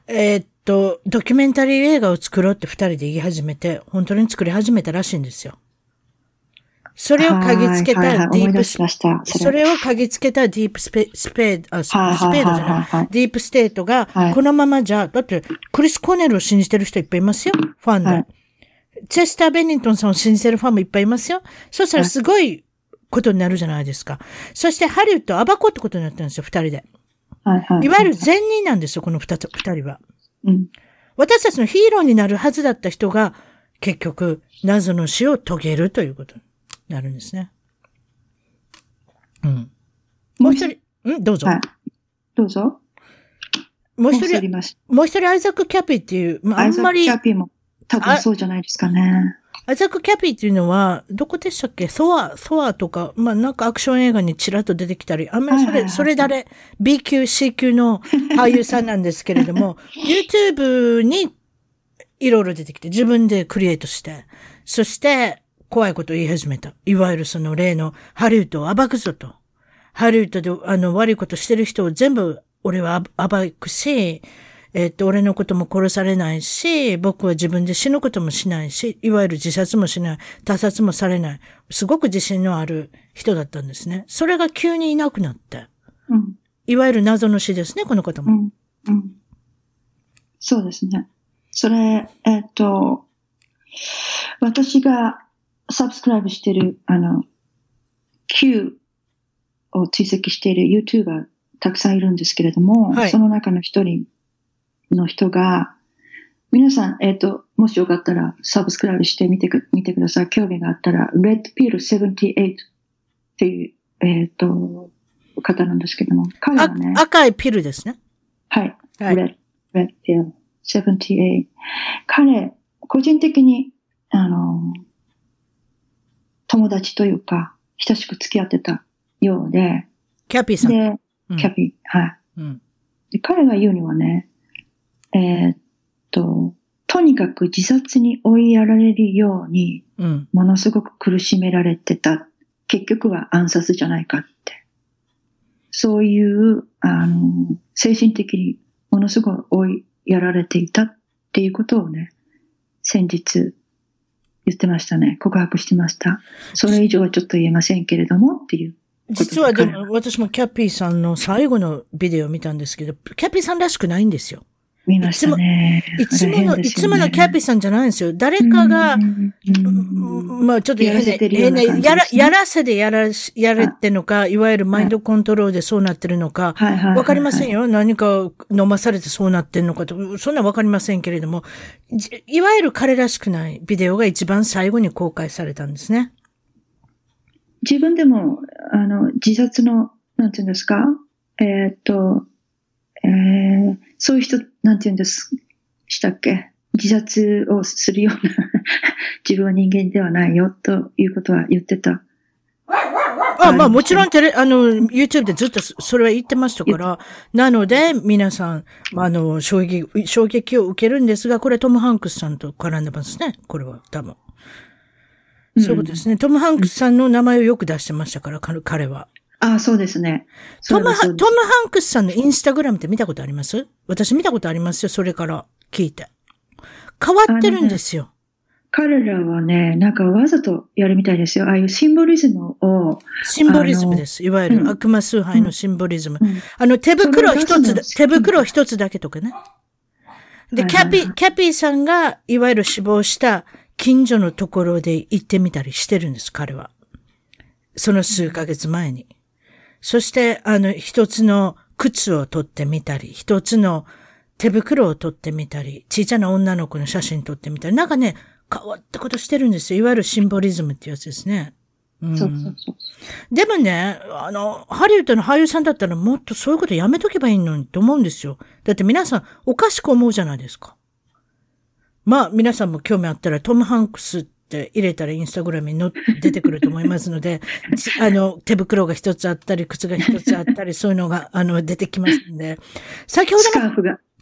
えー、っと、ドキュメンタリー映画を作ろうって二人で言い始めて、本当に作り始めたらしいんですよ。それを嗅ぎつけたディープス、それを嗅ぎつけたディープスペ、スペード、あ、スペードじゃない、ディープステートが、このままじゃ、だって、クリス・コネルを信じてる人いっぱいいますよ、ファンで。はい、チェスター・ベニントンさんを信じてるファンもいっぱいいますよ。そしたらすごいことになるじゃないですか。そしてハリウッドを暴こうってことになったんですよ、二人で。はいはい、いわゆる善人なんですよ、この二つ、二人は。うん、私たちのヒーローになるはずだった人が、結局、謎の死を遂げるということになるんですね。うん。もう一人、んどうぞ。はい。 どうぞ。 もう一人、もう一人アイザック・キャピーっていう、まあ、あんまり。 アイザック・キャピーも多分そうじゃないですかね。 アイザック・キャピーっていうのは、どこでしたっけ？ソア、ソアとか、まあなんかアクション映画にちらっと出てきたり、あんまりそれ、それ誰、B 級、C 級の俳優さんなんですけれども、YouTube にいろいろ出てきて、自分でクリエイトして、そして、怖いことを言い始めた。いわゆるその例のハリウッドを暴くぞと。ハリウッドであの悪いことしてる人を全部俺は暴くし、えっと、俺のことも殺されないし、僕は自分で死ぬこともしないし、いわゆる自殺もしない、他殺もされない。すごく自信のある人だったんですね。それが急にいなくなって。うん、いわゆる謎の死ですね、この方も。うんうん、 そうですね。それ、えっと、私がサブスクライブしてる、あの、Q を追跡している YouTuber たくさんいるんですけれども、はい、その中の一人の人が、皆さん、えっと、もしよかったらサブスクライブしてみてく、見てください。興味があったら、Red Pill ななじゅうはちっていう、えっと、方なんですけども、彼はね。 赤いピルですね。 はい。はい、Red, Red Pill ななじゅうはち。彼、個人的に、あの、友達というか、親しく付き合ってたようで。 キャピーさん。 で、うん、キャピー、はい、うん。で。彼が言うにはね、えー、っと、とにかく自殺に追いやられるように、うん、ものすごく苦しめられてた。結局は暗殺じゃないかって。そういう、あの、精神的にものすごく追いやられていたっていうことをね、先日、言ってましたね。告白してました。それ以上はちょっと言えませんけれどもっていう。 実はでも私もキャピーさんの最後のビデオを見たんですけど、キャピーさんらしくないんですよ。 見ましたね。 いつも、いつもの、いつものキャピーさんじゃないんですよ。誰かが、まあちょっとやらせてるような感じですね。やら、やらせでやら、やれってのか、いわゆるマインドコントロールでそうなってるのか、わかりませんよ。何か飲まされてそうなってるのかと、そんなわかりませんけれども、いわゆる彼らしくないビデオが一番最後に公開されたんですね。 自分でも、あの、自殺の、なんていうんですか、えー、っと、えー、そういう人、なんていうんですしたっけ、自殺をするような自分は人間ではないよということは言ってた。 あ、まあもちろんテレ、あの、YouTube でずっとそれは言ってましたから、なので皆さん、あの、衝撃、衝撃を受けるんですが、これトム・ハンクスさんと絡んでますね。これは多分。そういうことですね。うん、トム・ハンクスさんの名前をよく出してましたから、彼は。 ああ、そうですね。 トム、トム・ハンクスさんのインスタグラムって見たことあります？私見たことありますよ。それから聞いて。変わってるんですよ。ね、 彼らはね、なんかわざとやるみたいですよ。ああいうシンボリズムを。 シンボリズムです。いわゆる悪魔崇拝のシンボリズム。うんうん、あの、手袋一つ、手袋一つだけとかね。で、キャピー、キャピーさんが、いわゆる死亡した近所のところで行ってみたりしてるんです、彼は。その数ヶ月前に。そして、あの、一つの靴を取ってみたり、一つの手袋を取ってみたり、小さな女の子の写真撮ってみたり、なんかね、変わったことしてるんですよ。いわゆるシンボリズムってやつですね。うん、そうそうそう。でもね、あの、ハリウッドの俳優さんだったらもっとそういうことやめとけばいいのにと思うんですよ。だって皆さんおかしく思うじゃないですか。まあ、皆さんも興味あったらトム・ハンクスって入れたらインスタグラムにの出てくると思いますので、あの、手袋が一つあったり、靴が一つあったり、そういうのが、あの、出てきますんで。先ほども。 スカーフが。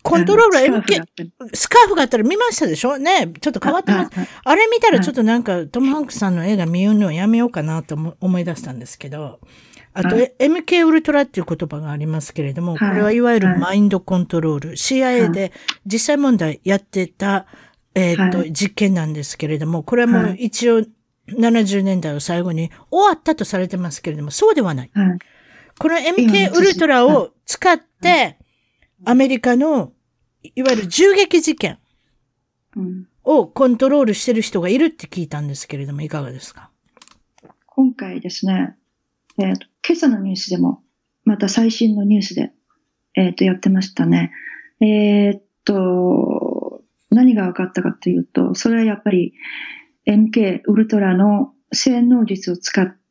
コントロールはスカエムケーーフがあってスカーフがあったら見ましたでしょね。ちょっと変わってます。 あああれ見たらちょっとなんかトム・ハンクスさんの映画見るのをやめようかなと思思い出したんですけど、あと、 はいエムケー ウルトラっていう言葉がありますけれども、こはいれはいわゆるはいマインドコントロール、シーアイエー で実際問題やってた、えーっと、 はい実験なんですけれども、これはもうはい一応ななじゅうねんだいを最後に終わったとされてますけれども、そうではない。 はい。 この エムケー ウルトラを使って、アメリカのいわゆる銃撃事件うんをコントロールしてる人がいるって聞いたんですけれども、いかがですか？ 今回ですね、えーと、今朝のニュースでも、また最新のニュースで、えーと、やってましたね。えーと、何が分かったかというと、それはやっぱり エムケー ウルトラの性能術を使って、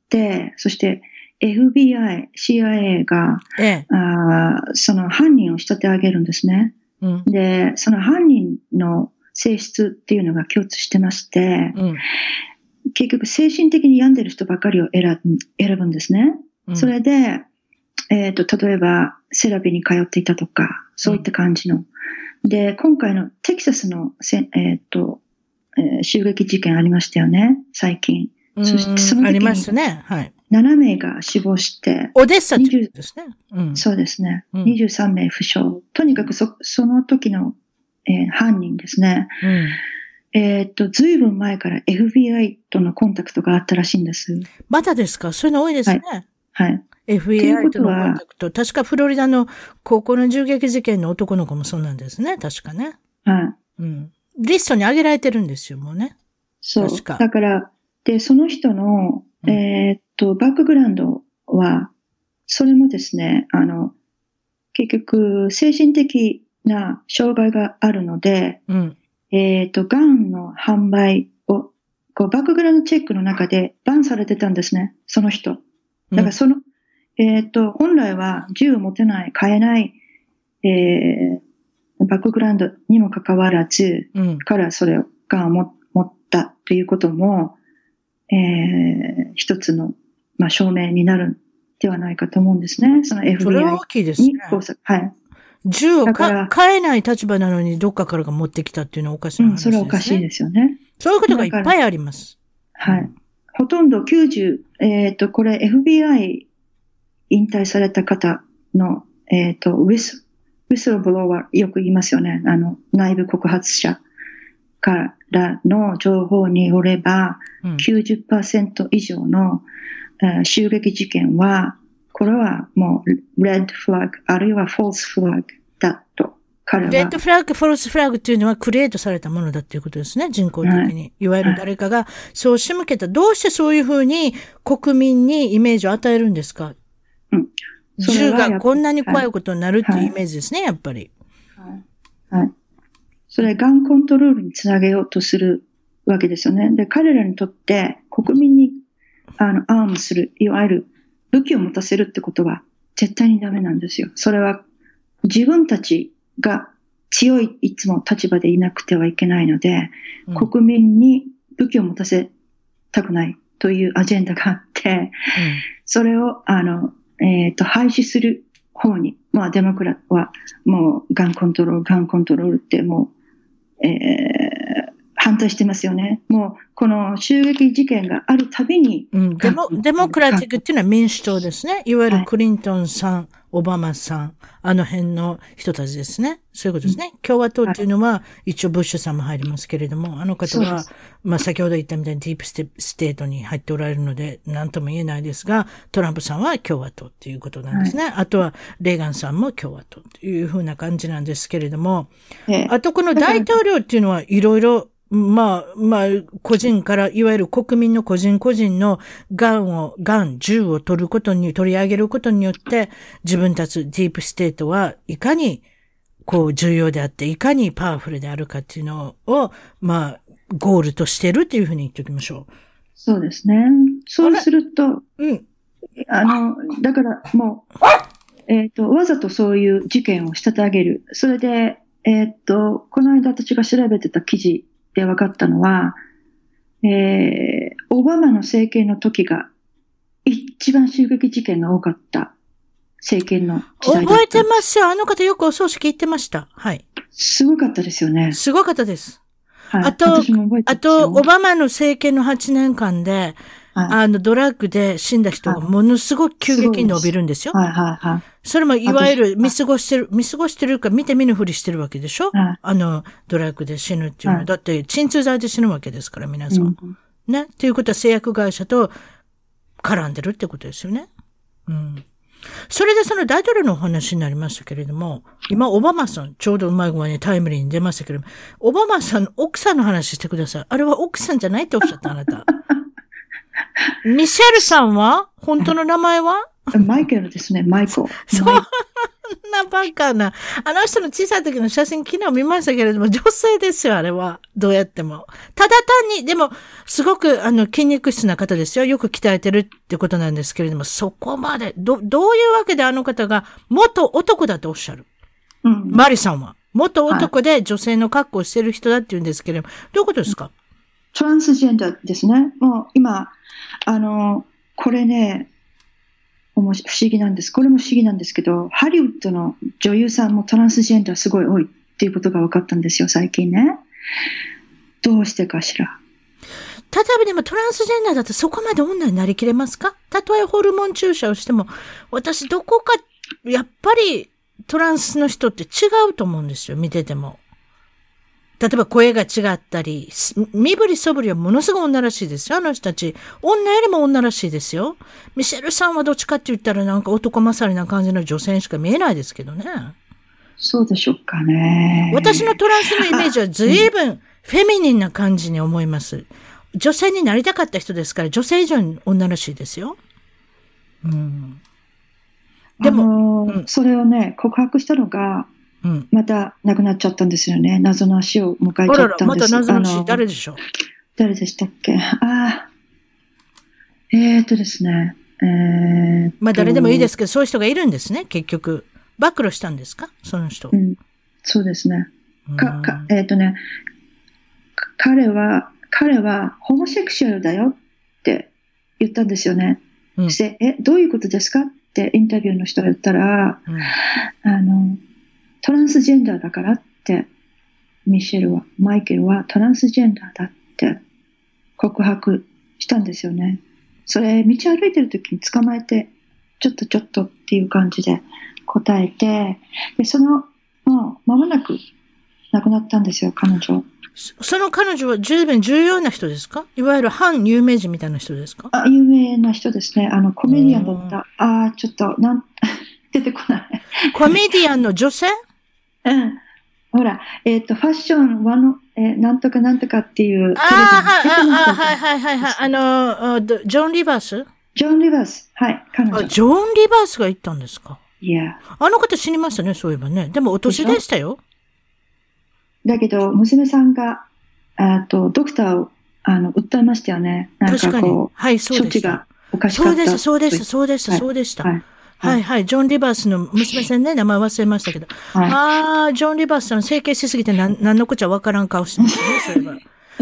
そして エフビーアイ、シーアイエー が、 ええ。 あーその犯人を仕立て上げるんですね。 うん。 で、その犯人の性質っていうのが共通してまして、 うん。 結局精神的に病んでる人ばかりを選ぶ選ぶんですね。 うんそれで、えっ、と、例えばセラピーに通っていたとか、そういった感じの。で、今回のテキサスのせ、えっ、と、えー襲撃事件ありましたよね、最近。そしてその時にありますね。はい。 ななめいが死亡して、 オデッサって言うんですね。うん。 そうですね、 うんにじゅうさんめい負傷。とにかくそその時の、えー犯人ですね。 うん。 えっ、と、ずいぶん前から エフビーアイ とのコンタクトがあったらしいんです。 まだですか？そういうの多いですね。 はい。 エフビーアイ とのコンタクト。確かフロリダの高校の銃撃事件の男の子もそうなんですね。確かね。 はい。 うん。リストに上げられてるんですよ、もうね。 そう。 確かだから、で、その人の、 うんえーっと、バックグラウンドは、それもですね、あの、結局、精神的な障害があるので、 うん。 えーっと、ガンの販売を、こう、バックグラウンドチェックの中でバンされてたんですね、その人。だからその、えーっと、本来は銃を持てない、買えない、えー、バックグラウンドにもかかわらず、 うん。 からそれを、ガンを持持ったということも、えー、一つの、まあ、証明になるんではないかと思うんですね。その エフビーアイそれは大きいですねに。工作。はい。 銃をだからか買えない立場なのにどっかからが持ってきたっていうのはおかしなうん、 話ですね。 それはおかしいですよね。 そういうことがいっぱいあります。 はい。ほとんどきゅうじゅう、えっ、と、これ エフビーアイ 引退された方の、えっ、と、ウィス、ウィスルブロワーよく言いますよね。あの、内部告発者からの情報によれば、 うん。 きゅうじゅっパーセント以上の、えー襲撃事件は、これはもう、レッドフラッグ、あるいはフォースフラッグだと、彼は。 レッドフラッグ、フォルスフラッグっていうのはクリエイトされたものだっていうことですね、人工的に。 はいいわゆる誰かがそう仕向けた。どうしてそういうふうに国民にイメージを与えるんですか？ うんそれ銃はやっぱがこんなに怖いことになるっていうイメージですね、やっぱり。 はい。はい。それ、ガンコントロールにつなげようとするわけですよね。で、彼らにとって国民に、あの、アームする、いわゆる武器を持たせるってことは絶対にダメなんですよ。それは自分たちが強い、いつも立場でいなくてはいけないので、 うん国民に武器を持たせたくないというアジェンダがあって、それを、あの、えっ、と、廃止する方に、まあ、デモクラは、もう、ガンコントロール、ガンコントロールってもう、えー、反対してますよね。もう、この襲撃事件があるたびに、 うんうん、デモ、デモクラティックっていうのは民主党ですね。いわゆるクリントンさん、オバマさん、あの辺の人たちですね。そういうことですね。うん、共和党っていうのは、一応ブッシュさんも入りますけれども、あの方は、まあ先ほど言ったみたいにディープステステートに入っておられるので、何とも言えないですが、トランプさんは共和党っていうことなんですね。はい、あとは、レーガンさんも共和党というふうな感じなんですけれども、ええ、あとこの大統領っていうのはいろいろ、まあ、まあ、個人から、いわゆる国民の個人個人のガンを、ガン、銃を取ることに、取り上げることによって、自分たちディープステートはいかに、こう、重要であって、いかにパワフルであるかっていうのを、まあ、ゴールとしてるっていうふうに言っておきましょう。 そうですね。そうすると、 うん。 あの、だからもう、えっと、わざとそういう事件を仕立て上げる。それで、えっと、この間私が調べてた記事、で分かったのは、えー、オバマの政権の時が一番襲撃事件が多かった政権の時代だった。 覚えてますよ。あの方よくお葬式行ってました。はい。 すごかったですよね。 すごかったです。 はい、 あと、あと、オオバマの政権のはちねんかんで、はい、あの、ドラッグで死んだ人がものすごく急激に伸びるんですよ。 はいはいはい。 それもいわゆる見過ごしてる、見過ごしてるか見て見ぬふりしてるわけでしょ、はい、あの、ドラッグで死ぬっていうのは。はい、だって、鎮痛剤で死ぬわけですから、皆さん。うん、ね。っていうことは製薬会社と絡んでるってことですよね。うん。それでその大統領のお話になりましたけれども、今、オバマさん、ちょうどうまい具合にタイムリーに出ましたけれども、オバマさんの奥さんの話してください。あれは奥さんじゃないっておっしゃった、あなた。ミシェルさんは本当の名前はマイケルですね、マイコ。 そんなバカな。あの人の小さい時の写真昨日見ましたけれども、女性ですよ、あれは。どうやっても。ただ単に、でも、すごく、あの、筋肉質な方ですよ。よく鍛えてるってことなんですけれども、そこまで、ど、どういうわけであの方が、元男だとおっしゃる。うん。マリさんは。元男で女性の格好をしてる人だって言うんですけれども、どういうことですか？ トランスジェンダーですね。もう、今、あの、これね、不思議なんです。これも不思議なんですけど、ハリウッドの女優さんもトランスジェンダーすごい多いっていうことが分かったんですよ、最近ね。どうしてかしら。 例えばでもトランスジェンダーだとそこまで女になりきれますか？たとえホルモン注射をしても、私どこか、やっぱりトランスの人って違うと思うんですよ、見てても。例えば声が違ったり、身振りそぶりはものすごい女らしいですよ、あの人たち。女よりも女らしいですよ。ミシェルさんはどっちかって言ったらなんか男勝りな感じの女性しか見えないですけどね。 そうでしょうかね。 私のトランスのイメージは随分フェミニンな感じに思います。女性になりたかった人ですから、女性以上に女らしいですよ。うん。 でも、うん、それをね、告白したのが、うん、また亡くなっちゃったんですよね。謎の死を迎えちゃったんです。あらら、 また謎の死、誰でしょう？ 誰でしたっけ？ああ、えーっとですね。えー、 まあ誰でもいいですけど、そういう人がいるんですね、結局。暴露したんですか？その人。 うん、そうですね。か、か、えーっとね、彼は、彼はホモセクシュアルだよって言ったんですよね。うん、で、え、どういうことですかってインタビューの人が言ったら、うん、あの、トランスジェンダーだからって、ミシェルは、マイケルはトランスジェンダーだって告白したんですよね。それ、道歩いてる時に捕まえて、ちょっとちょっとっていう感じで答えて、で、その、もう間もなく亡くなったんですよ、彼女。 その彼女は十分重要な人ですか？いわゆる反有名人みたいな人ですか？ あ、有名な人ですね。あの、コメディアンだった。ああ、ちょっと、なん、出てこない。 コメディアンの女性？ うん。ほら、えっ、ー、と、ファッション、ワノ、えー、なんとかなんとかっていう。 ああ、はいはいはいはい。あの、ジョン・リバース？ ジョン・リバース。はい、彼女。 あ、ジョン・リバースが言ったんですか？ いや。 あの方死にましたね、そういえばね。でもお年でしたよ。 だけど、娘さんが、あと、ドクターを、あの、訴えましたよね。なんかこう、確かに。 はい、そうでした。処置がおかしかった。 そうです、そうです、そうでした、そうでした。はいはい、はい、ジョン・リバースの娘さんね、名前忘れましたけど。はい、ああ、ジョン・リバースさん整形しすぎて何、何のこっちゃわからん顔してますね、そういえば。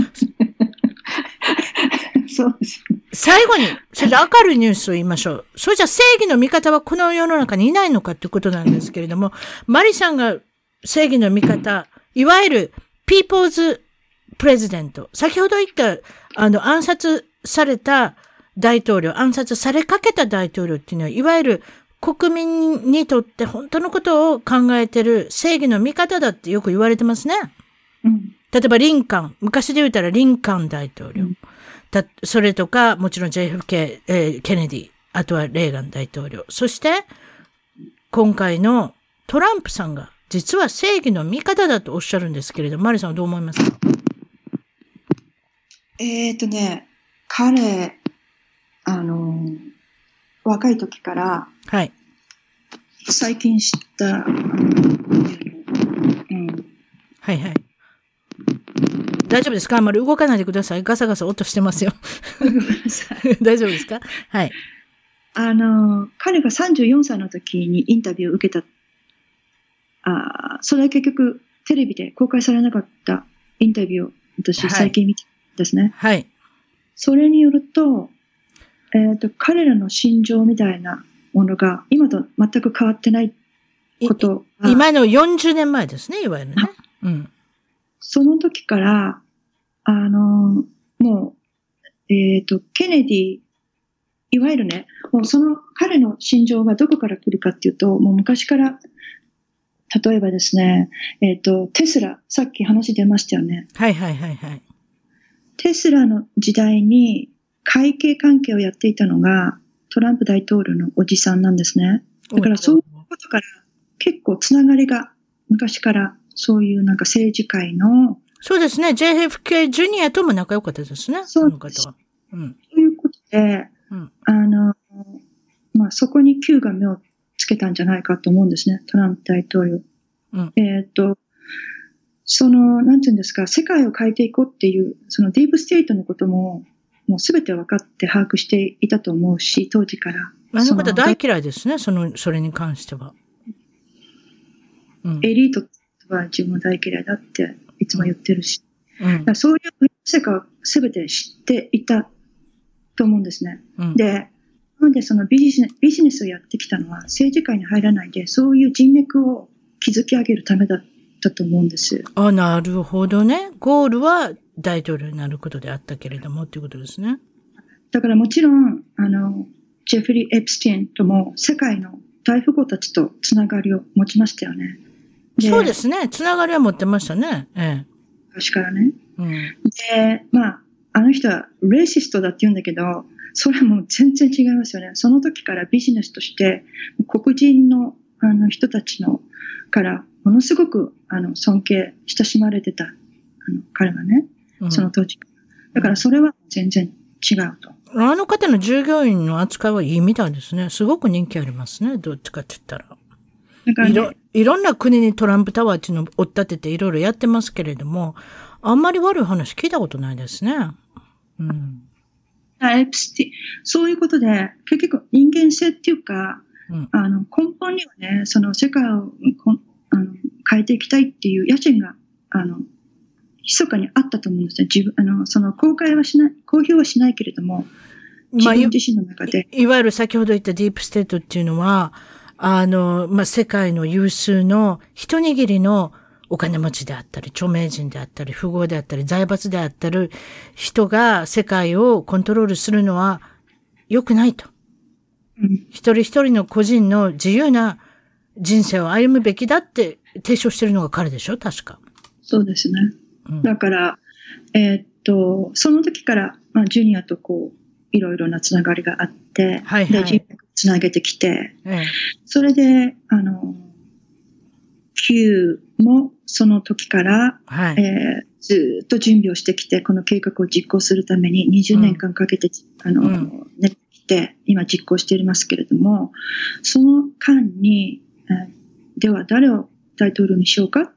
そうですね。 最後に、それじゃ明るいニュースを言いましょう。それじゃ正義の味方はこの世の中にいないのかということなんですけれども、マリさんが正義の味方、いわゆるピーポーズプレジデント、先ほど言った、あの、暗殺された大統領、暗殺されかけた大統領っていうのは、いわゆる国民にとって本当のことを考えてる正義の味方だってよく言われてますね。うん、例えばリンカン、昔で言ったらリンカン大統領。うん、だそれとか、もちろん ジェイエフケー、えー、ケネディ、あとはレーガン大統領。そして、今回のトランプさんが実は正義の味方だとおっしゃるんですけれども、マリさんはどう思いますか？ えーとね、彼、あの、若い時から、 はい。 最近知った、うん、 はいはい。大丈夫ですか？あんまり動かないでください。ガサガサ音してますよ。大丈夫ですか？はい。 あの、彼がさんじゅうよんさいの時にインタビューを受けた、あそれは結局テレビで公開されなかったインタビューを私最近見たんですね。 はい。 それによると、えっと、彼らの心情みたいなものが、今と全く変わってないことが。 今のよんじゅうねんまえですね、いわゆるね。うん、 その時から、あの、もう、えっと、ケネディ、いわゆるね、もうその彼の心情がどこから来るかっていうと、もう昔から、例えばですね、えっと、テスラ、さっき話出ましたよね。 はいはいはいはい。 テスラの時代に会計関係をやっていたのがトランプ大統領のおじさんなんですね。だからそういうことから結構つながりが昔からそういうなんか政治界の。 そうですね。ジェイエフケー ジュニアとも仲良かったですね。 そうです。うん。ということで、うん、あの、まあ、そこに Q が目をつけたんじゃないかと思うんですね。トランプ大統領。うん、えっと、その、なんていうんですか、世界を変えていこうっていう、そのディープステートのことも、もうすべて分かって把握していたと思うし、当時から。 あの方大嫌いですね、その、それに関しては。 うん、エリートは自分大嫌いだっていつも言ってるし。うんうん、そういう世界をすべて知っていたと思うんですね。うん、で、なんでそのビジネス、ビジネスをやってきたのは政治界に入らないで、そういう人脈を築き上げるためだだと思うんです。 あ、なるほどね。ゴールは大統領になることであったけれどもっていうことですね。 だからもちろん、あの、ジェフリー・エプスティンとも世界の大富豪たちとつながりを持ちましたよね。 そうですね。つながりは持ってましたね。ええ。 昔からね。うん、で、まあ、あの人はレーシストだって言うんだけど、それはもう全然違いますよね。その時からビジネスとして、黒人のあの人たちのから、ものすごくあの尊敬、親しまれてた、あの彼はね、その当時。だからそれは全然違うと。 あの方の従業員の扱いはいいみたいですね。すごく人気ありますね。どっちかって言ったら。だからね、いろ、いろんな国にトランプタワーっていうのを追っ立てていろいろやってますけれども、あんまり悪い話聞いたことないですね。うん。 エプスティン、そういうことで、結局人間性っていうか、うん、あの根本にはね、その世界をあの変えていきたいっていう野心が、あの、密かにあったと思うんですよ。自分、あの、その公開はしない、公表はしないけれども、自分自身の中で。 まあ、い, いわゆる先ほど言ったディープステートっていうのは、あの、まあ、世界の有数の一握りのお金持ちであったり、著名人であったり、富豪であったり、財閥であったり、人が世界をコントロールするのは良くないと。うん、一人一人の個人の自由な人生を歩むべきだって提唱してるのが彼でしょ、確か。 そうですね。うん、だから、えー、っと、その時から、まあ、ジュニアとこう、いろいろなつながりがあって、はいはい、で、人脈つなげてきて、ええ、それで、あの、Q もその時から、はい、えー、ずっと準備をしてきて、この計画を実行するためににじゅうねんかんかけて、うん、あの、うん、練ってきて、今実行していますけれども、その間に、えー、では誰を大統領にしようかって、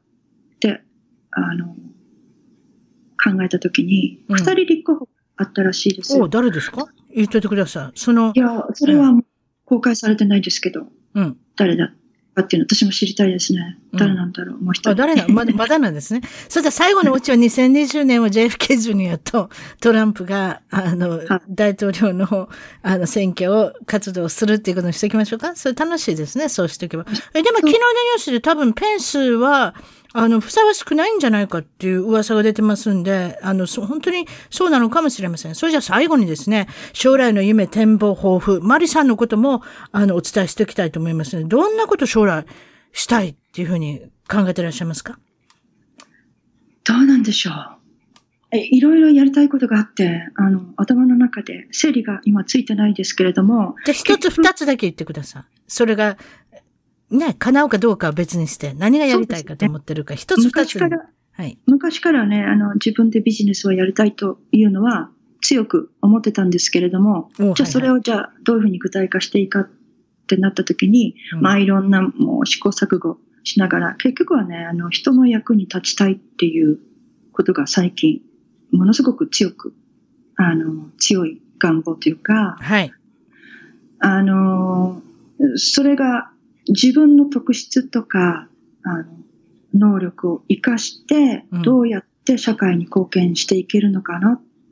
あの、考えたときに、二、うん、人立候補あったらしいです。 お、誰ですか？言っといてください。その。 いや、それは公開されてないですけど、うん、誰だかっていうの私も知りたいですね。誰なんだろう、うん、もう一人。 あ、誰な、まだ、まだなんですね。それで最後のうちはにせんにじゅうねんは ジェイエフケー ジュニアとトランプが、あの、大統領の、あの、選挙を活動するっていうことにしておきましょうか。それ楽しいですね。そうしておけば。え、でも昨日のニュースで多分ペンスは、あの、ふさわしくないんじゃないかっていう噂が出てますんで、あの、本当にそうなのかもしれません。それじゃあ最後にですね、将来の夢、展望、抱負、マリさんのことも、あの、お伝えしておきたいと思いますので、どんなこと将来したいっていうふうに考えていらっしゃいますか？ どうなんでしょう。え、いろいろやりたいことがあって、あの、頭の中で整理が今ついてないですけれども。 じゃあ一つ二つだけ言ってください。それが、ね、叶うかどうかは別にして、何がやりたいかと思ってるか、一、ね、つ二つ。 昔から、はい。昔からね、あの、自分でビジネスをやりたいというのは強く思ってたんですけれども、じゃあそれをじゃあどういうふうに具体化していいかってなった時に、うん、まあいろんなもう試行錯誤しながら、結局はね、あの、人の役に立ちたいっていうことが最近、ものすごく強く、あの、強い願望というか、はい。あの、それが、自分の特質とか、あの、能力を活かして、どうやって社会に貢献していけるのかなって、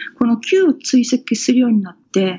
この Q を追跡するようになって、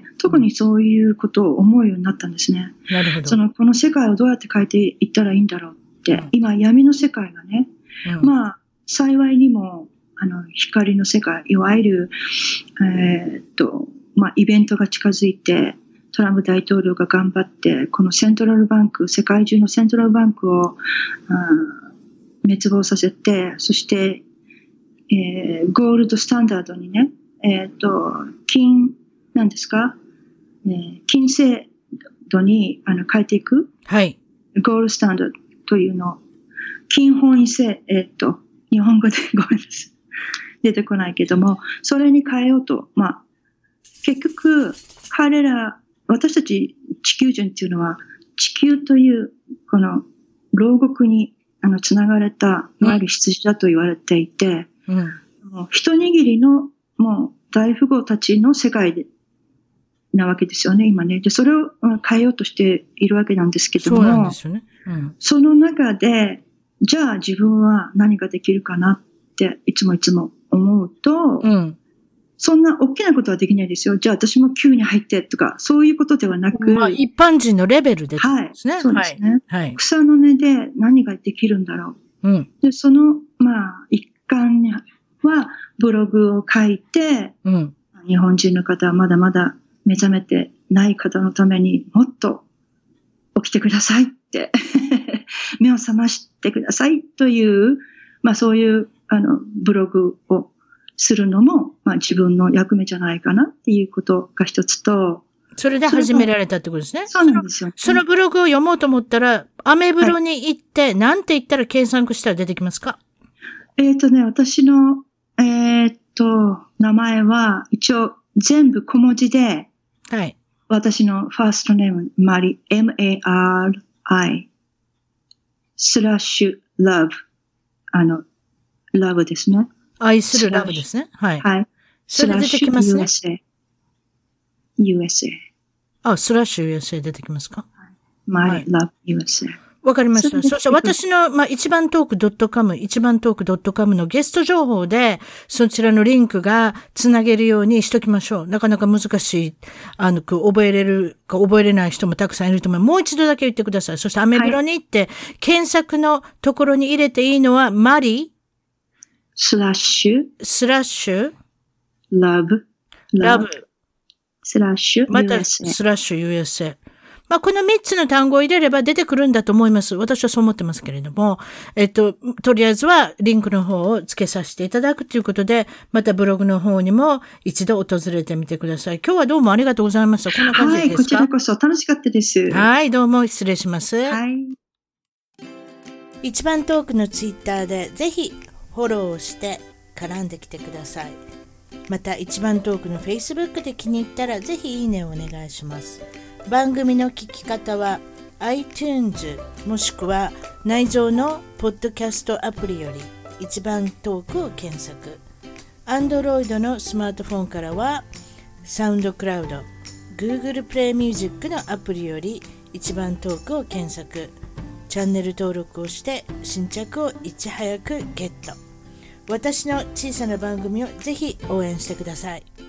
特にそういうことを思うようになったんですね。 なるほど。 その、この世界をどうやって変えていったらいいんだろうって、うん、今闇の世界がね、うん、まあ、幸いにも、あの、光の世界、いわゆる、えー、っと、まあ、イベントが近づいて、トランプ大統領が頑張って、このセントラルバンク、世界中のセントラルバンクを、滅亡させて、そして、えー、ゴールドスタンダードにね、えっと、金、なんですか、えー、金制度にあの変えていく。 はい。 ゴールドスタンダードというのを、金本位制、えっと、日本語でごめんなさい。出てこないけども、それに変えようと、まあ、結局、彼ら、私たち地球人っていうのは、地球という、この、牢獄に、あの、つながれた、いわゆる羊だと言われていて、うん、もう一握りの、もう、大富豪たちの世界で、なわけですよね、今ね。で、それを変えようとしているわけなんですけども、 そうなんですよね。うん、 その中で、じゃあ自分は何ができるかなって、いつもいつも思うと、うん、そんな大きなことはできないですよ。じゃあ私も Q に入ってとか、そういうことではなく。 まあ、一般人のレベルでですね。 はい。そうですね。はい、草の根で何ができるんだろう。うん、で、その、まあ、一環には、ブログを書いて、うん、日本人の方はまだまだ目覚めてない方のためにもっと起きてくださいって、目を覚ましてくださいという、まあそういう、あの、ブログをするのも、まあ自分の役目じゃないかなっていうことが一つと、 それで始められたってことですね。 そうなんですよ、ね。 そのブログを読もうと思ったら、アメブロに行って、はい、なんて言ったら検索したら出てきますか？ えっとね、私の、えー、っと、名前は一応全部小文字で、はい。私のファーストネーム、マリ、エムエーアールアイ、スラッシュ、ラブ。あの、ラブですね。 愛するラブですね。はい。はい。それ出てきますね。ユーエスエー。 ユーエスエー。 あ、スラッシュ ユーエスエー 出てきますか？ マリ、ラブ、ユーエスエー。 わかりました。そして私の、まあ、一番トーク .com、一番トーク .com のゲスト情報で、そちらのリンクがつなげるようにしときましょう。なかなか難しい、あの、覚えれるか覚えれない人もたくさんいると思います。もう一度だけ言ってください。そしてアメブロに行って、はい、検索のところに入れていいのは、マリ、 スラッシュ、 スラッシュ、 ラブ、 ラブ、 スラッシュ、 また、スラッシュ ユーエスエー。まあ、このみっつの単語を入れれば出てくるんだと思います。私はそう思ってますけれども、えっと、とりあえずはリンクの方を付けさせていただくということで、またブログの方にも一度訪れてみてください。今日はどうもありがとうございました。こんな感じですか？ はい、こちらこそ楽しかったです。 はい、どうも失礼します。 はい。 一番トークのツイッターでぜひフォローして絡んできてください。また一番トークの Facebook で気に入ったらぜひいいねをお願いします。番組の聞き方は iTunes もしくは内蔵のポッドキャストアプリより一番トークを検索。Android のスマートフォンからは SoundCloud、Google Play Music のアプリより一番トークを検索。チャンネル登録をして新着をいち早くゲット。私の小さな番組をぜひ応援してください。